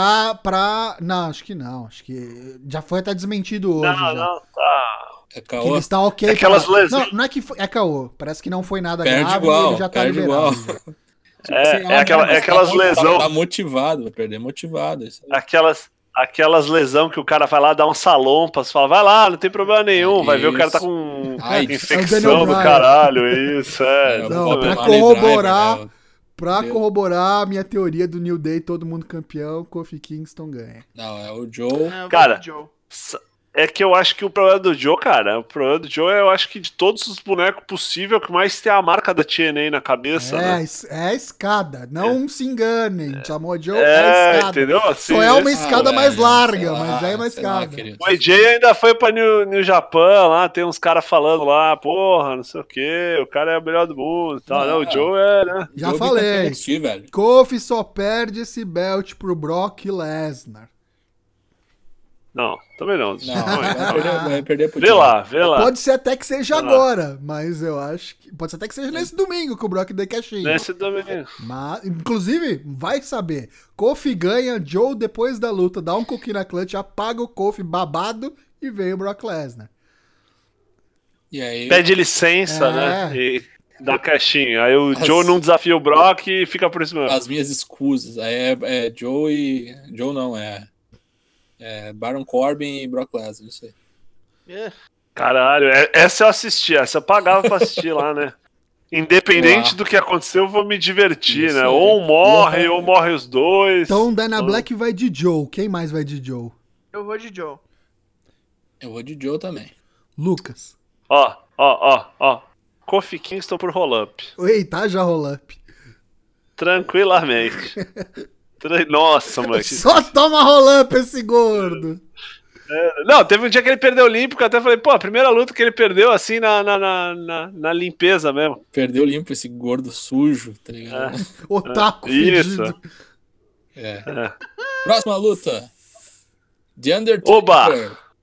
Não, acho que não. Acho que já foi até desmentido hoje. já. Não, tá. É Que caô? ele está ok. Aquelas lesões. Não é que foi, é caô. Parece que não foi nada Perde grave igual, e ele já tá perde liberado. igual. É aquelas lesão. Tá motivado, vai perder motivado. Isso aí. Aquelas lesão que o cara vai lá dar um salompas, fala, vai lá, não tem problema nenhum, vai ver o cara tá Isso. com Ai, é o infecção Daniel do Bryan. caralho, isso, Não, o pra Money corroborar- Driver, né? Pra Deus. corroborar a minha teoria do New Day, todo mundo campeão, Kofi Kingston ganha. Não, é o Joe. eu vou Cara, de Joe. É que eu acho que o problema do Joe, cara, eu acho que de todos os bonecos possíveis, é o que mais tem a marca da TNA na cabeça, né? É a escada, não se enganem. Samoa Joe é a escada. Entendeu? Assim, Só é uma esse- escada mais sei larga, lá, mas é uma sei lá, escada. querido. O AJ ainda foi pra New Japan lá, tem uns caras falando lá, porra, não sei o que, o cara é o melhor do mundo e tal, né? O Joe é, né? Já Joe falei. bicampeão NXT, velho. Kofi só perde esse belt pro Brock Lesnar. Não, também não. Não, vai perder pro Vê Joe. lá, vê lá. Pode ser até que seja Vai lá. agora, mas eu acho que. Pode ser até que seja nesse domingo que o Brock dê cashinho. Nesse também. Mas, inclusive, vai saber. Kofi ganha, Joe depois da luta dá um coquinho na clutch, apaga o Kofi babado e vem o Brock Lesnar. E aí, Pede licença, É. né? E dá caixinha. Aí o Joe não desafia o Brock e fica por isso mesmo. as minhas escusas. Aí é Joe e. Joe não, é Baron Corbin e Brock Lesnar, isso aí. É. Caralho, essa eu assisti, essa eu pagava pra assistir lá, né? Independente Uau. do que aconteceu, eu vou me divertir, Isso né? aí. Ou um morre, Uhum. ou morre os dois. Então, Dana Black vai de Joe. Quem mais vai de Joe? Eu vou de Joe. Eu vou de Joe também. Lucas. Ó. Kofi Kingston por roll-up. Eita, já roll up. Tranquilamente. Nossa, moleque. Só toma roll up esse gordo. Não, teve um dia que ele perdeu o Olímpico, eu até falei, pô, a primeira luta que ele perdeu assim na limpeza mesmo. Perdeu limpo esse gordo sujo, tá ligado? Otaku Isso. fedido. Próxima luta. The Undertaker Oba!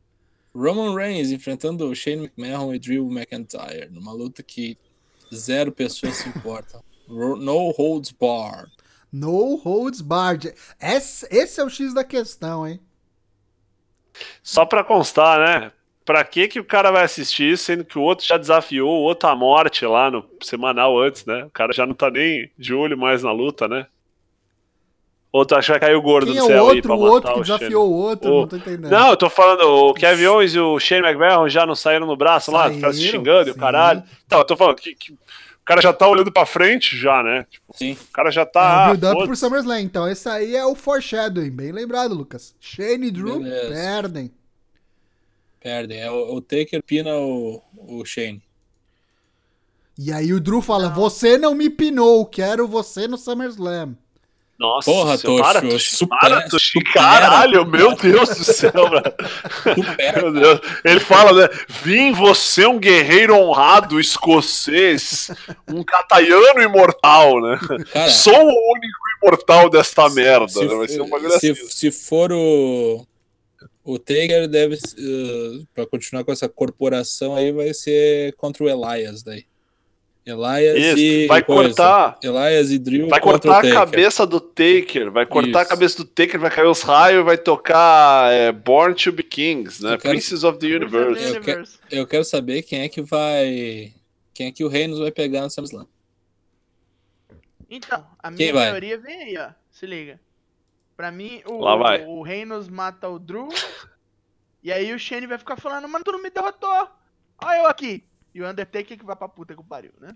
Roman Reigns enfrentando Shane McMahon e Drew McIntyre, numa luta que 0 pessoas se importam. No holds barred. No holds barred. Esse é o X da questão, hein? Só pra constar, né? Pra que o cara vai assistir isso, sendo que o outro já desafiou o outro à morte lá no semanal antes, né? O cara já não tá nem de olho mais na luta, né? Outro acha que vai cair o gordo Quem do é o céu aí outro? pra O matar outro que o desafiou Shane. o outro? Não tô entendendo. Não, eu tô falando, o Kevin Owens e o Shane McMahon já não saíram no braço lá, ficaram se xingando e o sim. caralho. Então, eu tô falando que o cara já tá olhando pra frente já, né? Tipo, Sim. o cara já É tá... o build-up pro foda-se. SummerSlam. Então, esse aí é o foreshadowing. Bem lembrado, Lucas. Shane e Drew Beleza. perdem. Perdem. É o Taker pina o Shane. E aí o Drew fala, você não me pinou, quero você no SummerSlam. Nossa, Porra, para, Tocho, para, Tocho, supera, caralho, meu Deus do céu, velho. Supera. Meu Deus. Ele fala, né? Vim você um guerreiro honrado escocês, um cataiano imortal, né? Cara, Sou o único imortal desta merda, né? Vai ser um bagulho assim. se for o Taker, deve pra continuar com essa corporação aí, vai ser contra o Elias daí. Elias Isso, e vai cortar. Elias e Drew Vai contra cortar o a Taker. cabeça do Taker, vai cortar a Isso. cabeça do Taker, vai cair os raios, vai tocar Born to be Kings, né? Eu quero- Princes of the Universe. Eu quero saber quem é que o Reigns vai pegar no SummerSlam. Então, a Quem minha vai? teoria vem aí, ó. Se liga. Pra mim, Lá vai. o Reynolds mata o Drew. E aí o Shane vai ficar falando, mano, tu não me derrotou. Olha eu aqui. E o Undertaker que vai pra puta que pariu, né?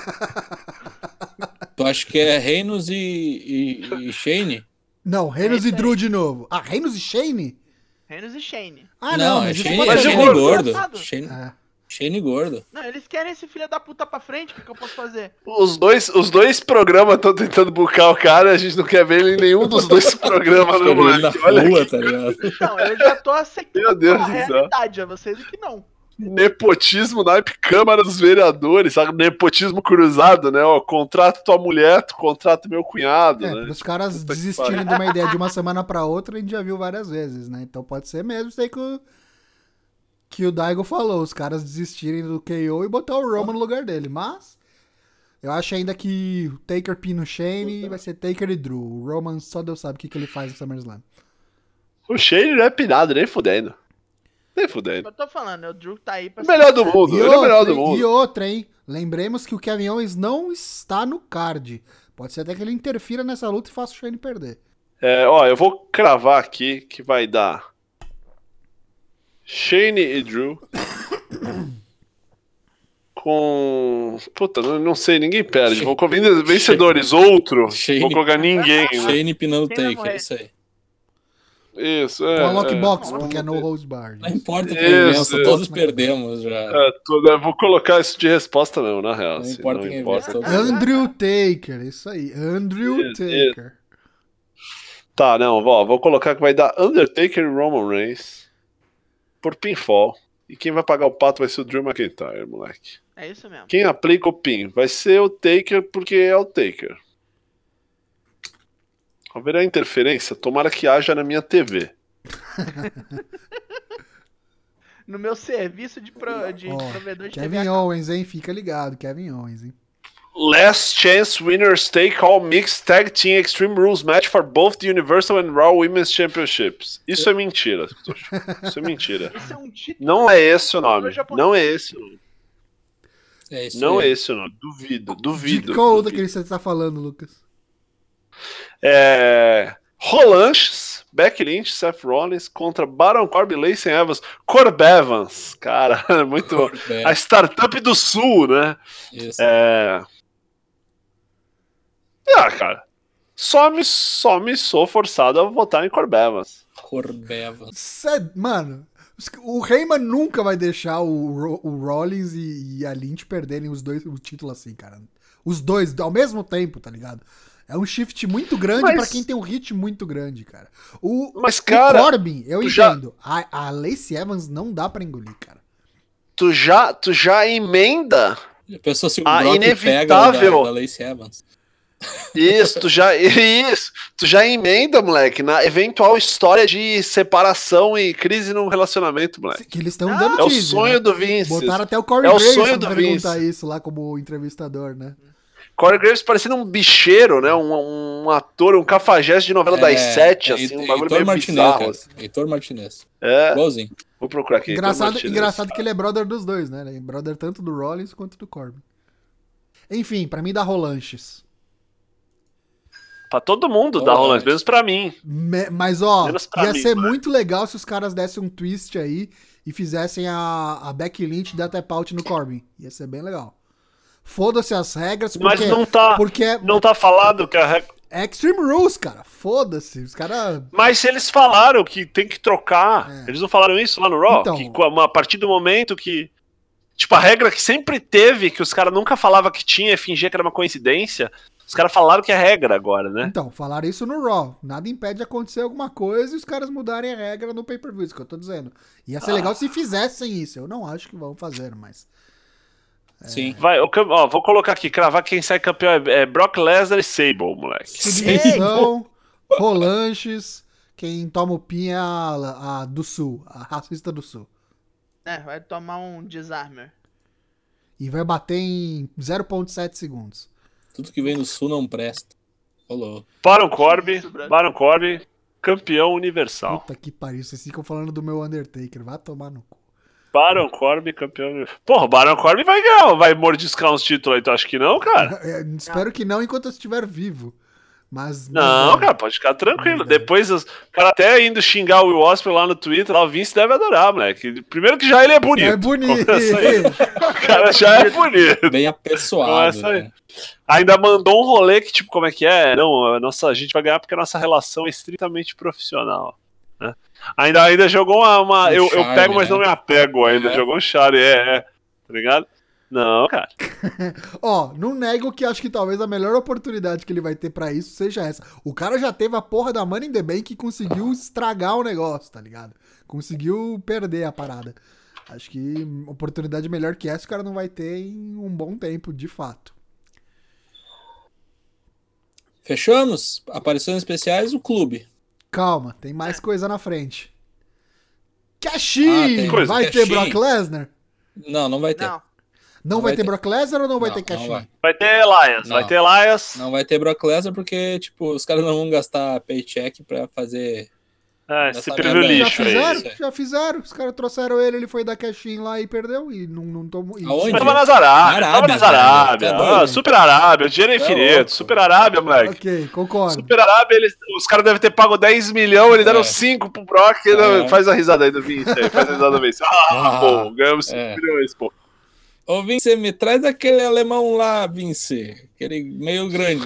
Tu acha que é Reigns e Shane? Não, Reynolds e isso Drew aí. de novo. Ah, Reynolds e Shane? Reynolds e Shane. Ah, não, é mas isso Shane, pode Mas ser eu Shane vou- gordo. Engraçado. É. Shane gordo. Não, eles querem esse filho da puta pra frente, o que eu posso fazer? Os dois programas estão tentando buscar o cara, a gente não quer ver ele em nenhum dos dois programas, não, Ele na moleque. Olha rua, aqui. tá ligado? Então, eu já tô aceitando Meu Deus a do céu. realidade, a vocês é que não. Nepotismo na Câmara dos Vereadores, sabe? Nepotismo cruzado, né? Ó, contrata tua mulher, tu contrata meu cunhado, É, né? para os caras Puta que desistirem de uma ideia de uma semana pra outra, a gente já viu várias vezes, né? Então pode ser mesmo isso aí que o Daigo falou, os caras desistirem do KO e botar o Roman no lugar dele. Mas eu acho ainda que o Taker pina o Shane vai ser Taker e Drew. O Roman só Deus sabe o que ele faz no SummerSlam. O Shane não é pinado, nem fudendo. Nem fudendo. Eu tô falando, o Drew tá aí pra O melhor do mundo, ele é o melhor do E mundo. outra, hein? Lembremos que o Kevin Owens não está no card. Pode ser até que ele interfira nessa luta e faça o Shane perder. Ó, eu vou cravar aqui que vai dar Shane e Drew com... Puta, não sei, ninguém perde. Vou com vencedores, outro. Shane- Vou colocar ninguém, né? Shane pinando o Quem vai Taker, morrer? isso aí. Isso, Com a Lockbox, Nossa. porque é no holds barred. Não importa quem Isso, vença, todos perdemos já. Eu vou colocar isso de resposta não, na real. Não assim, importa quem vença, todos Andrew Taker, isso aí. Andrew Isso, Taker. Tá, não, vou colocar que vai dar Undertaker e Roman Reigns por pinfall. E quem vai pagar o pato vai ser o Drew McIntyre, moleque. É isso mesmo. Quem aplica o pin vai ser o Taker porque é o Taker. Haverá interferência? Tomara que haja na minha TV. No meu serviço de Ó, provedor de Kevin TV. Owens, hein? Fica ligado, Kevin Owens, hein? Last Chance Winners Take All Mixed Tag Team Extreme Rules Match for both the Universal and Raw Women's Championships. Isso é mentira, Tocho. Isso é mentira. Isso é um título. Não é esse o nome. japonês. Não é esse o nome. É isso Não aí. é esse o nome. Duvido. De qual daquele que você tá falando, Lucas? Rolanches, Becky Lynch, Seth Rollins contra Baron Corbin, Lacey Evans, Corb Evans. Cara, muito bom. Corb. A startup do Sul, né? Isso. Cara. Só me sou forçado a votar em Corb Evans. Corbeva. Mano, o Heyman nunca vai deixar o Rollins e a Lynch perderem os dois o título assim, cara. Os dois ao mesmo tempo, tá ligado? É um shift muito grande Mas- pra quem tem um hit muito grande, cara. Mas, cara, o Corbin, eu tu já- entendo. A Lacey Evans não dá pra engolir, cara. Tu já emenda A pessoa se o Ah, Brock inevitável. pega da Lacey Evans. Isso, tu já emenda, moleque, na eventual história de separação e crise no relacionamento, moleque. Que eles estão dando É o teaser, sonho né? do Vince. Botaram até o Corey É o Graves sonho pra do perguntar Vince. isso lá como entrevistador, né? Corey Graves parecendo um bicheiro, né? Um ator, um cafajeste de novela das 7, assim, um bagulho meio bizarro. Cara. Assim. Heitor Martinez. É, Igualzinho. vou procurar aqui. Engraçado que ele é brother dos dois, né? Ele é brother tanto do Rollins quanto do Corbin. Enfim, pra mim dá Rolanches. Pra todo mundo dá Rolanches, menos pra mim. Mas, ó, ia mim, ser né? muito legal se os caras dessem um twist aí e fizessem a Becky Lynch dar tap out no Corbin. Ia ser bem legal. Foda-se as regras, Mas não tá, não tá falado que a regra... É Extreme Rules, cara. Foda-se. Os caras... Mas eles falaram que tem que trocar. Eles não falaram isso lá no Raw? Então... Que a partir do momento que... Tipo, a regra que sempre teve, que os caras nunca falavam que tinha e fingia que era uma coincidência, os caras falaram que é regra agora, né? Então, falaram isso no Raw. Nada impede de acontecer alguma coisa e os caras mudarem a regra no pay-per-view, isso que eu tô dizendo. Ia ser legal se fizessem isso. Eu não acho que vão fazer, mas... Sim. Vai, ó, vou colocar aqui, cravar quem sai campeão é Brock Lesnar e Sable, moleque. Submissão, Rolanches, quem toma o pin é a do Sul, a racista do Sul. Vai tomar um desarmer. E vai bater em 0.7 segundos. Tudo que vem do Sul não presta. Rolou. Baron Corbin, campeão universal. Puta que pariu, vocês ficam falando do meu Undertaker, vai tomar no cu. Baron Corbin, campeão universal. Porra, o Baron Corbin vai ganhar, vai mordiscar uns títulos aí, tu acha que não, cara? Espero que não enquanto eu estiver vivo. Mas não, cara, pode ficar tranquilo. Depois, o cara até indo xingar o Will Ospreay lá no Twitter, lá o Vince deve adorar, moleque. Primeiro que já ele é bonito. É bonito. O cara já é bonito. Bem apessoado, né? Ainda mandou um rolê que, tipo, como é que é? Não, a gente vai ganhar porque a nossa relação é estritamente profissional. Né? Ainda jogou uma eu pego, mas não me apego ainda. Jogou um charme, tá ligado? Não, cara. Ó, não nego que acho que talvez a melhor oportunidade que ele vai ter pra isso seja essa. O cara já teve a porra da Money in the Bank e conseguiu estragar o negócio, tá ligado? Conseguiu perder a parada. Acho que oportunidade melhor que essa o cara não vai ter em um bom tempo, de fato. Fechamos? Aparições especiais, o clube. Calma, tem mais coisa na frente. Cash-in! Vai ter Brock Lesnar? Não vai ter. Não vai ter Brock Lesnar ou não vai ter Cash-in? Vai ter Elias, vai ter Elias. Não vai ter Brock Lesnar porque, tipo, os caras não vão gastar paycheck pra fazer... esse preview lixo aí. Já fizeram. Os caras trouxeram ele foi dar cash-in lá e perdeu. E não tomou. Aonde? Tava nas Arábia. Super Arábia, dinheiro infinito. Super Arábia, moleque. Ok, concordo. Super Arábia, os caras devem ter pago 10 milhões, eles deram 5 pro Brock. Faz a risada aí do Vince. Faz a risada do Vince. Pô, ganhamos 5 milhões, pô. Ô, Vince, me traz aquele alemão lá, Vince. Aquele meio grande.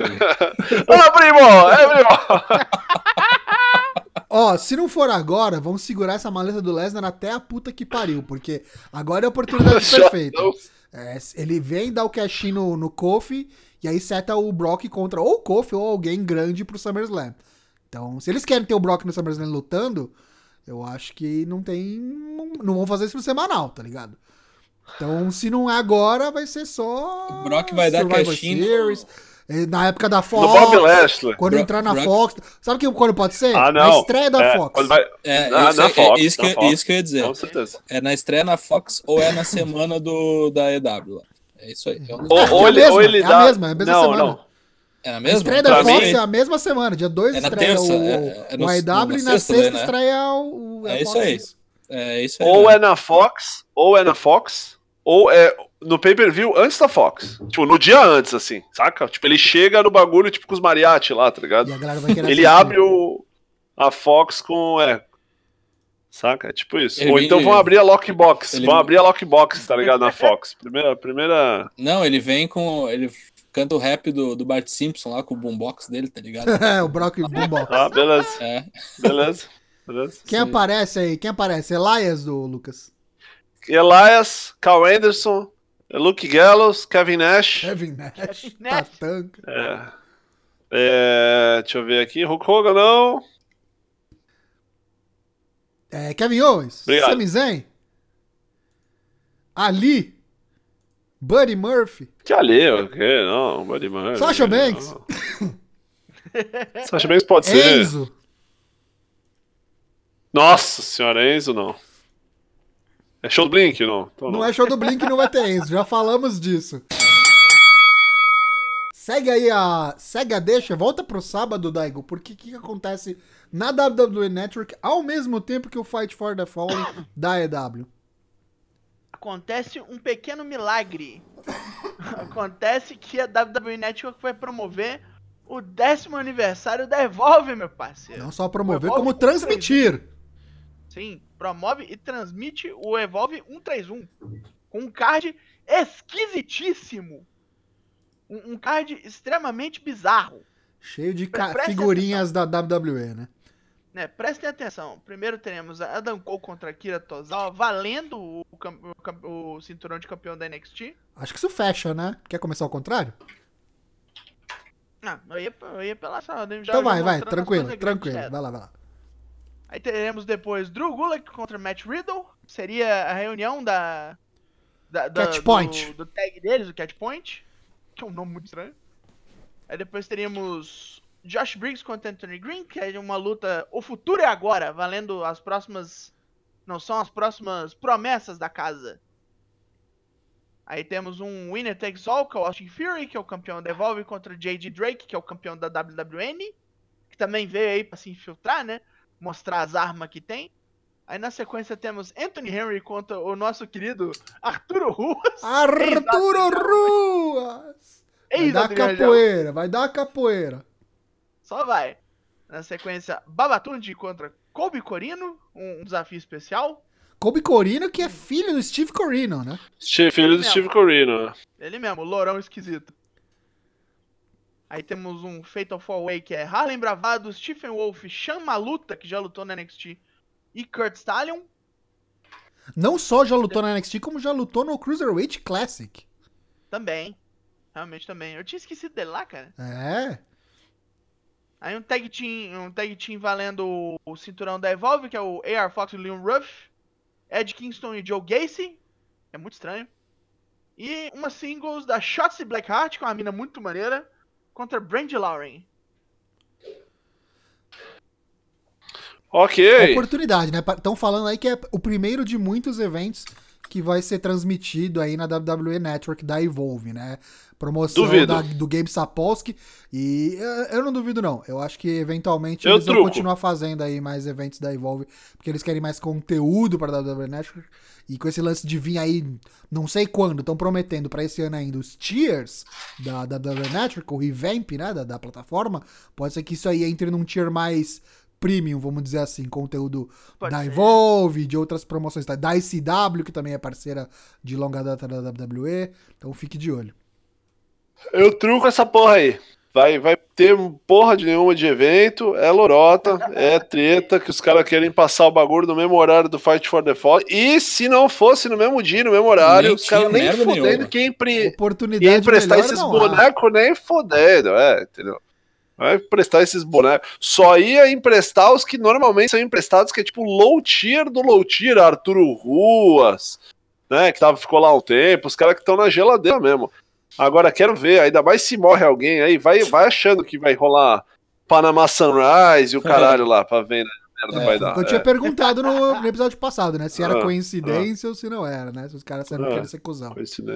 primo! Ó, se não for agora, vamos segurar essa maleta do Lesnar até a puta que pariu, porque agora é a oportunidade perfeita. Ele vem dar o cash-in no Kofi e aí seta o Brock contra ou o Kofi ou alguém grande pro SummerSlam. Então, se eles querem ter o Brock no SummerSlam lutando, eu acho que não vão fazer isso no semanal, tá ligado? Então, se não é agora, vai ser só o Brock vai dar cash-in na época da Fox, no Bob Lashley. Quando entrar na Fox. Sabe quando pode ser? Não. Na estreia da Fox. Na Fox. Isso que eu ia dizer. Com certeza. É na estreia na Fox ou é na semana da EW. É isso aí. Ou ele dá... É a mesma semana. Não. É na mesma? A estreia da Fox é a mesma semana. Dia 2 estreia o AEW e na sexta estreia o É isso aí. É isso aí. Ou é na Fox, ou é no pay-per-view antes da Fox. Tipo, no dia antes, assim, saca? Tipo, ele chega no bagulho, tipo, com os mariachi lá, tá ligado? E a galera vai querer ele abre a Fox com... Saca? É tipo isso. Ou então vão abrir a Lockbox. Vão abrir a Lockbox, tá ligado? Na Fox. Primeira... Não, ele vem com... Ele canta o rap do Bart Simpson lá com o boombox dele, tá ligado? O Brock Boombox. Beleza. Beleza. Quem aparece aí? Quem aparece? Elias do Lucas? Elias, Carl Anderson, Luke Gallows, Kevin Nash. Tatanka. Deixa eu ver aqui. Hulk Hogan, não. Kevin Owens. Obrigado. Sami Zayn. Ali. Buddy Murphy. Que ali, o quê? Não, Buddy Murphy. Sasha Banks. Sasha Banks pode ser. Enzo. Nossa senhora, Enzo não. É show do Blink, não? Então Não é show do Blink, não vai ter Enzo. Já falamos disso. Segue aí segue a deixa, volta pro sábado, Daigo, porque o que acontece na WWE Network ao mesmo tempo que o Fight for the Fallen da EW? Acontece um pequeno milagre. Acontece que a WWE Network vai promover o 10º aniversário da Evolve, meu parceiro. Não só promover, O Evolve como transmitir. Sim, promove e transmite o Evolve 131. Com um card esquisitíssimo. Um card extremamente bizarro. Cheio de Prestem figurinhas da WWE, né? Prestem atenção. Primeiro teremos a Adam Cole contra Akira Tozawa, valendo o cinturão de campeão da NXT. Acho que isso fecha, né? Quer começar ao contrário? Ah, eu ia pela sala. Então vai, tranquilo. Vai lá. Aí teremos depois Drew Gulak contra Matt Riddle. Seria a reunião Catch Point. Do tag deles, o Catch Point. Que é um nome muito estranho. Aí depois teríamos Josh Briggs contra Anthony Green, que é uma luta O Futuro é Agora, valendo as próximas... Não são as próximas promessas da casa. Aí temos um Winner Takes All, que é o Austin Fury, que é o campeão da Evolve, contra J.D. Drake, que é o campeão da WWN, que também veio aí pra se infiltrar, né? Mostrar as armas que tem. Aí na sequência temos Anthony Henry contra o nosso querido Arturo Ruas. Arturo Ruas! Vai dar capoeira. Só vai. Na sequência, Babatunde contra Colby Corino, um desafio especial. Colby Corino, que é filho do Steve Corino, né? Filho do Steve Corino. Ele mesmo, o lourão esquisito. Aí temos um Fatal 4-Way, que é Harlem Bravado, Stephen Wolf, Sean Maluta, que já lutou na NXT, e Kurt Stallion. Não só já lutou na NXT, como já lutou no Cruiserweight Classic. Também. Realmente também. Eu tinha esquecido dele lá, cara. É. Aí um tag team valendo o cinturão da Evolve, que é o AR Fox e o Leon Ruff. Ed Kingston e Joe Gacy. É muito estranho. E uma singles da Shotzi Blackheart, que é uma mina muito maneira, contra Brandy Lauren. Ok. Oportunidade, né? Estão falando aí que é o primeiro de muitos eventos que vai ser transmitido aí na WWE Network da Evolve, né? Promoção do Gabe Sapolsky. E eu não duvido, não. Eu acho que eventualmente eles vão continuar fazendo aí mais eventos da Evolve, porque eles querem mais conteúdo para a WWE Network. E com esse lance de vir aí, não sei quando, estão prometendo para esse ano ainda os tiers da WWE Network, o revamp, né, da plataforma. Pode ser que isso aí entre num tier mais premium, vamos dizer assim, conteúdo da Evolve, de outras promoções, da ICW, que também é parceira de longa data da WWE. Então fique de olho. Eu truco essa porra aí. Vai ter porra de nenhuma de evento, é lorota, é treta, que os caras querem passar o bagulho no mesmo horário do Fight for the Fall. E se não fosse no mesmo dia, no mesmo horário, os caras nem fodendo que ia emprestar esses bonecos, nem fodendo, entendeu? Vai emprestar esses bonecos. Só ia emprestar os que normalmente são emprestados, que é tipo low tier do low tier, Arturo Ruas, né, que ficou lá um tempo, os caras que estão na geladeira mesmo. Agora quero ver, ainda mais se morre alguém aí, vai achando que vai rolar Panama Sunrise e o caralho lá, pra ver, né? Merda vai dar. Eu tinha perguntado no episódio passado, né? Se era coincidência ou se não era, né? Se os caras não querem ser cuzão. Coincidência.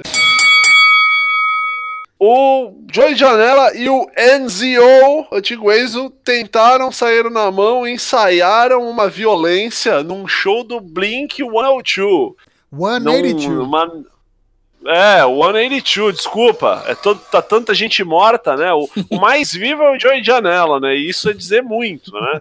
O Joey Janela e o NZO, antigo Enzo, saíram na mão e ensaiaram uma violência num show do Blink 182. 182. O 182, desculpa. Tá tanta gente morta, né? O mais vivo é o Joey Janela, né? E isso é dizer muito, né?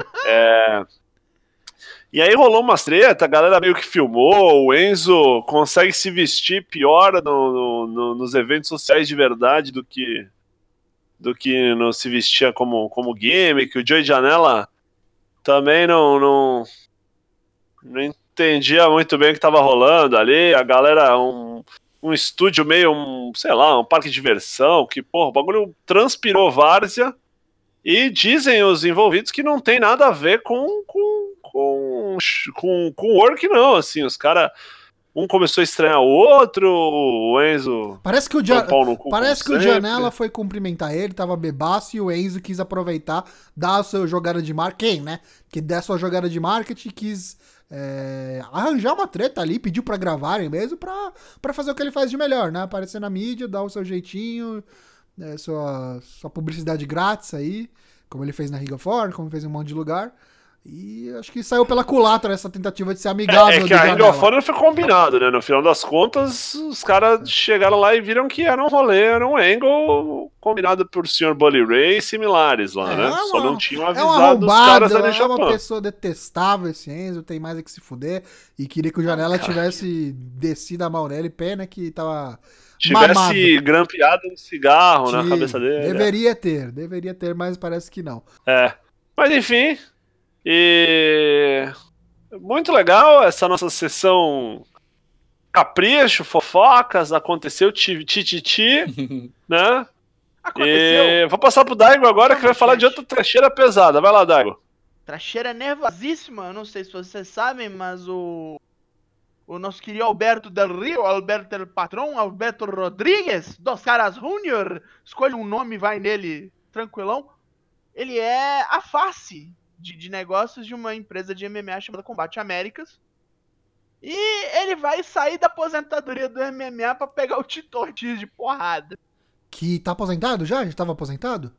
E aí rolou umas treta, a galera meio que filmou, o Enzo consegue se vestir pior nos eventos sociais de verdade do que não se vestia como gimmick. O Joey Janela também não entendia muito bem o que estava rolando ali, a galera, um estúdio meio, sei lá, um parque de diversão, que, porra, o bagulho transpirou várzea, e dizem os envolvidos que não tem nada a ver com work, não, assim, os caras Um começou a estranhar o outro, o Enzo... Parece que o, deu pau no cu, Parece que como o sempre. Janela foi cumprimentar ele, tava bebaço, e o Enzo quis aproveitar, dar a sua jogada de marketing, quem, né? Que der sua jogada de marketing, quis arranjar uma treta ali, pediu pra gravarem mesmo, pra fazer o que ele faz de melhor, né? Aparecer na mídia, dar o seu jeitinho, sua publicidade grátis aí, como ele fez na Ring of Honor, como fez em um monte de lugar. E acho que saiu pela culatra essa tentativa de ser amigável. É que a Ring of Honor foi combinado, né? No final das contas, os caras chegaram lá e viram que era um rolê, era um angle combinado por Sr. Bully Ray e similares lá, né? Só não tinham avisado os caras ali no Japão. É uma pessoa detestável esse Enzo, tem mais é que se fuder. E queria que o Janela tivesse descido a mão nele, pena que tava... Tivesse grampeado um cigarro na cabeça dele. Deveria ter, mas parece que não. Mas enfim... E muito legal essa nossa sessão capricho, fofocas, aconteceu tititi, né? Aconteceu. E vou passar pro Daigo agora que vai falar de outra trecheira pesada. Vai lá, Daigo. Trecheira nervosíssima, eu não sei se vocês sabem, mas o nosso querido Alberto Del Rio, Alberto El Patrão, Alberto Rodrigues, dos Caras Júnior, escolha um nome e vai nele tranquilão. Ele é a face de negócios de uma empresa de MMA chamada Combate Américas. E ele vai sair da aposentadoria do MMA pra pegar o Tito Ortiz de porrada. Que tá aposentado já? Já tava aposentado?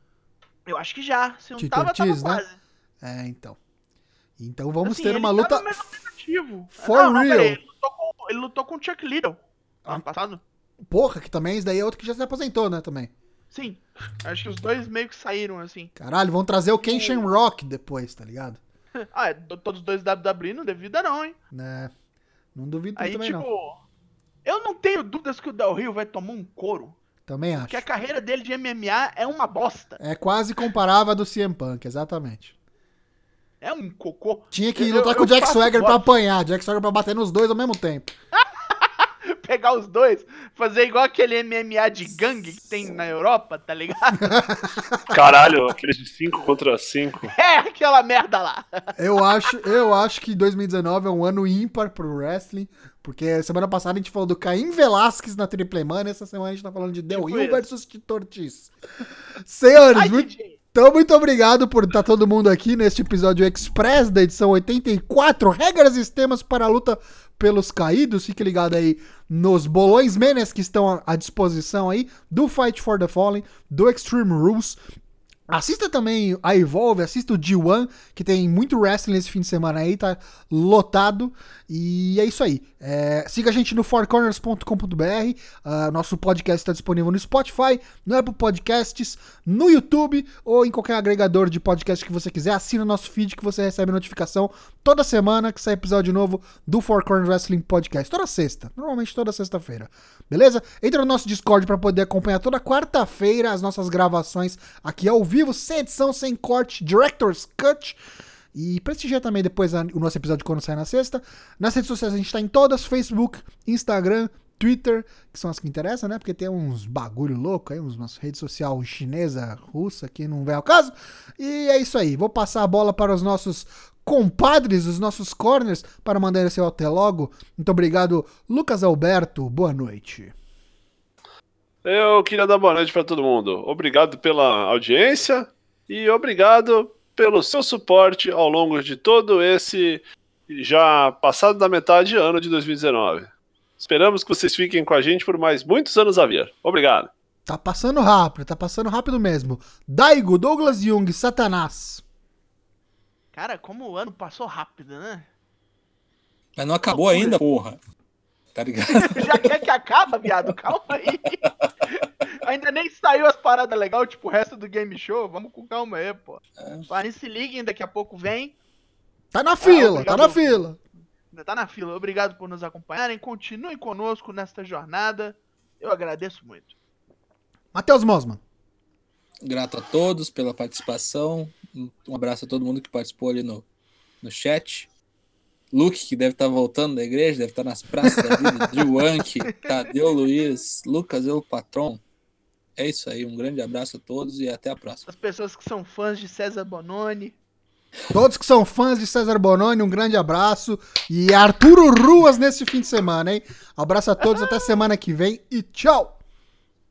Eu acho que já. Se não Tito tava, Ortiz, tava né? quase. Então. Então vamos Assim, ter uma ele luta tava mais alternativo. for real. Peraí, ele lutou com o Chuck Liddell ano passado. Porra, que também isso daí é outro que já se aposentou, né, também. Sim, acho que os dois meio que saíram, assim. Caralho, vão trazer o Ken Shamrock depois, tá ligado? Todos os dois WWE não duvida não, hein? Né? Não duvido Aí, também, tipo, não. eu não tenho dúvidas que o Del Rio vai tomar um couro. Também acho. Porque a carreira dele de MMA é uma bosta. É quase comparável à do CM Punk, exatamente. É um cocô. Tinha que lutar com o Jack Swagger pra apanhar, Jack Swagger pra bater nos dois ao mesmo tempo. Pegar os dois, fazer igual aquele MMA de gangue que tem na Europa, tá ligado? Caralho, aqueles de 5 contra 5. É, aquela merda lá. Eu acho que 2019 é um ano ímpar pro wrestling, porque semana passada a gente falou do Caim Velasquez na Triple Mania, essa semana a gente tá falando de Del Rio versus Tito Ortiz. Senhores, muito obrigado por estar todo mundo aqui neste episódio express da edição 84, regras e sistemas para a luta pelos caídos. Fique ligado aí nos bolões menes que estão à disposição aí do Fight for the Fallen, do Extreme Rules. Assista também a Evolve, assista o G1, que tem muito wrestling esse fim de semana aí, tá lotado. E é isso aí. Siga a gente no fourcorners.com.br. Nosso podcast está disponível no Spotify, no Apple Podcasts, no YouTube ou em qualquer agregador de podcast que você quiser. Assina o nosso feed que você recebe notificação toda semana que sai episódio novo do Four Corners Wrestling Podcast. Toda sexta, normalmente toda sexta-feira. Beleza? Entra no nosso Discord para poder acompanhar toda quarta-feira as nossas gravações aqui ao vivo, sem edição, sem corte, Director's Cut. E prestigia também depois o nosso episódio quando sai na sexta. Nas redes sociais a gente tá em todas, Facebook, Instagram, Twitter, que são as que interessam, né? Porque tem uns bagulho louco aí, umas redes sociais chinesa, russa, que não vem ao caso. E é isso aí. Vou passar a bola para os nossos compadres, os nossos corners, para mandar seu até logo. Muito obrigado, Lucas Alberto. Boa noite. Eu queria dar boa noite para todo mundo. Obrigado pela audiência e obrigado pelo seu suporte ao longo de todo esse já passado da metade ano de 2019. Esperamos que vocês fiquem com a gente por mais muitos anos a vir. Obrigado. Tá passando rápido mesmo. Daigo, Douglas Jung, Satanás. Cara, como o ano passou rápido, né? Mas não acabou ainda, porra. Tá ligado? Já quer que acaba, viado? Calma aí. Ainda nem saiu as paradas legais, tipo o resto do game show. Vamos com calma aí, pô. Parem, se liguem, daqui a pouco vem. Tá na fila, tá na fila. Ainda tá na fila. Obrigado por nos acompanharem. Continuem conosco nesta jornada. Eu agradeço muito. Matheus Mosman. Grato a todos pela participação. Um abraço a todo mundo que participou ali no chat. Luke, que deve estar voltando da igreja, deve estar nas praças da vida. Juanque, Tadeu Luiz, Lucas, eu, patrão. É isso aí, um grande abraço a todos e até a próxima. As pessoas que são fãs de César Bononi. Todos que são fãs de César Bononi, um grande abraço. E Arturo Ruas nesse fim de semana, hein? Abraço a todos, até semana que vem e tchau!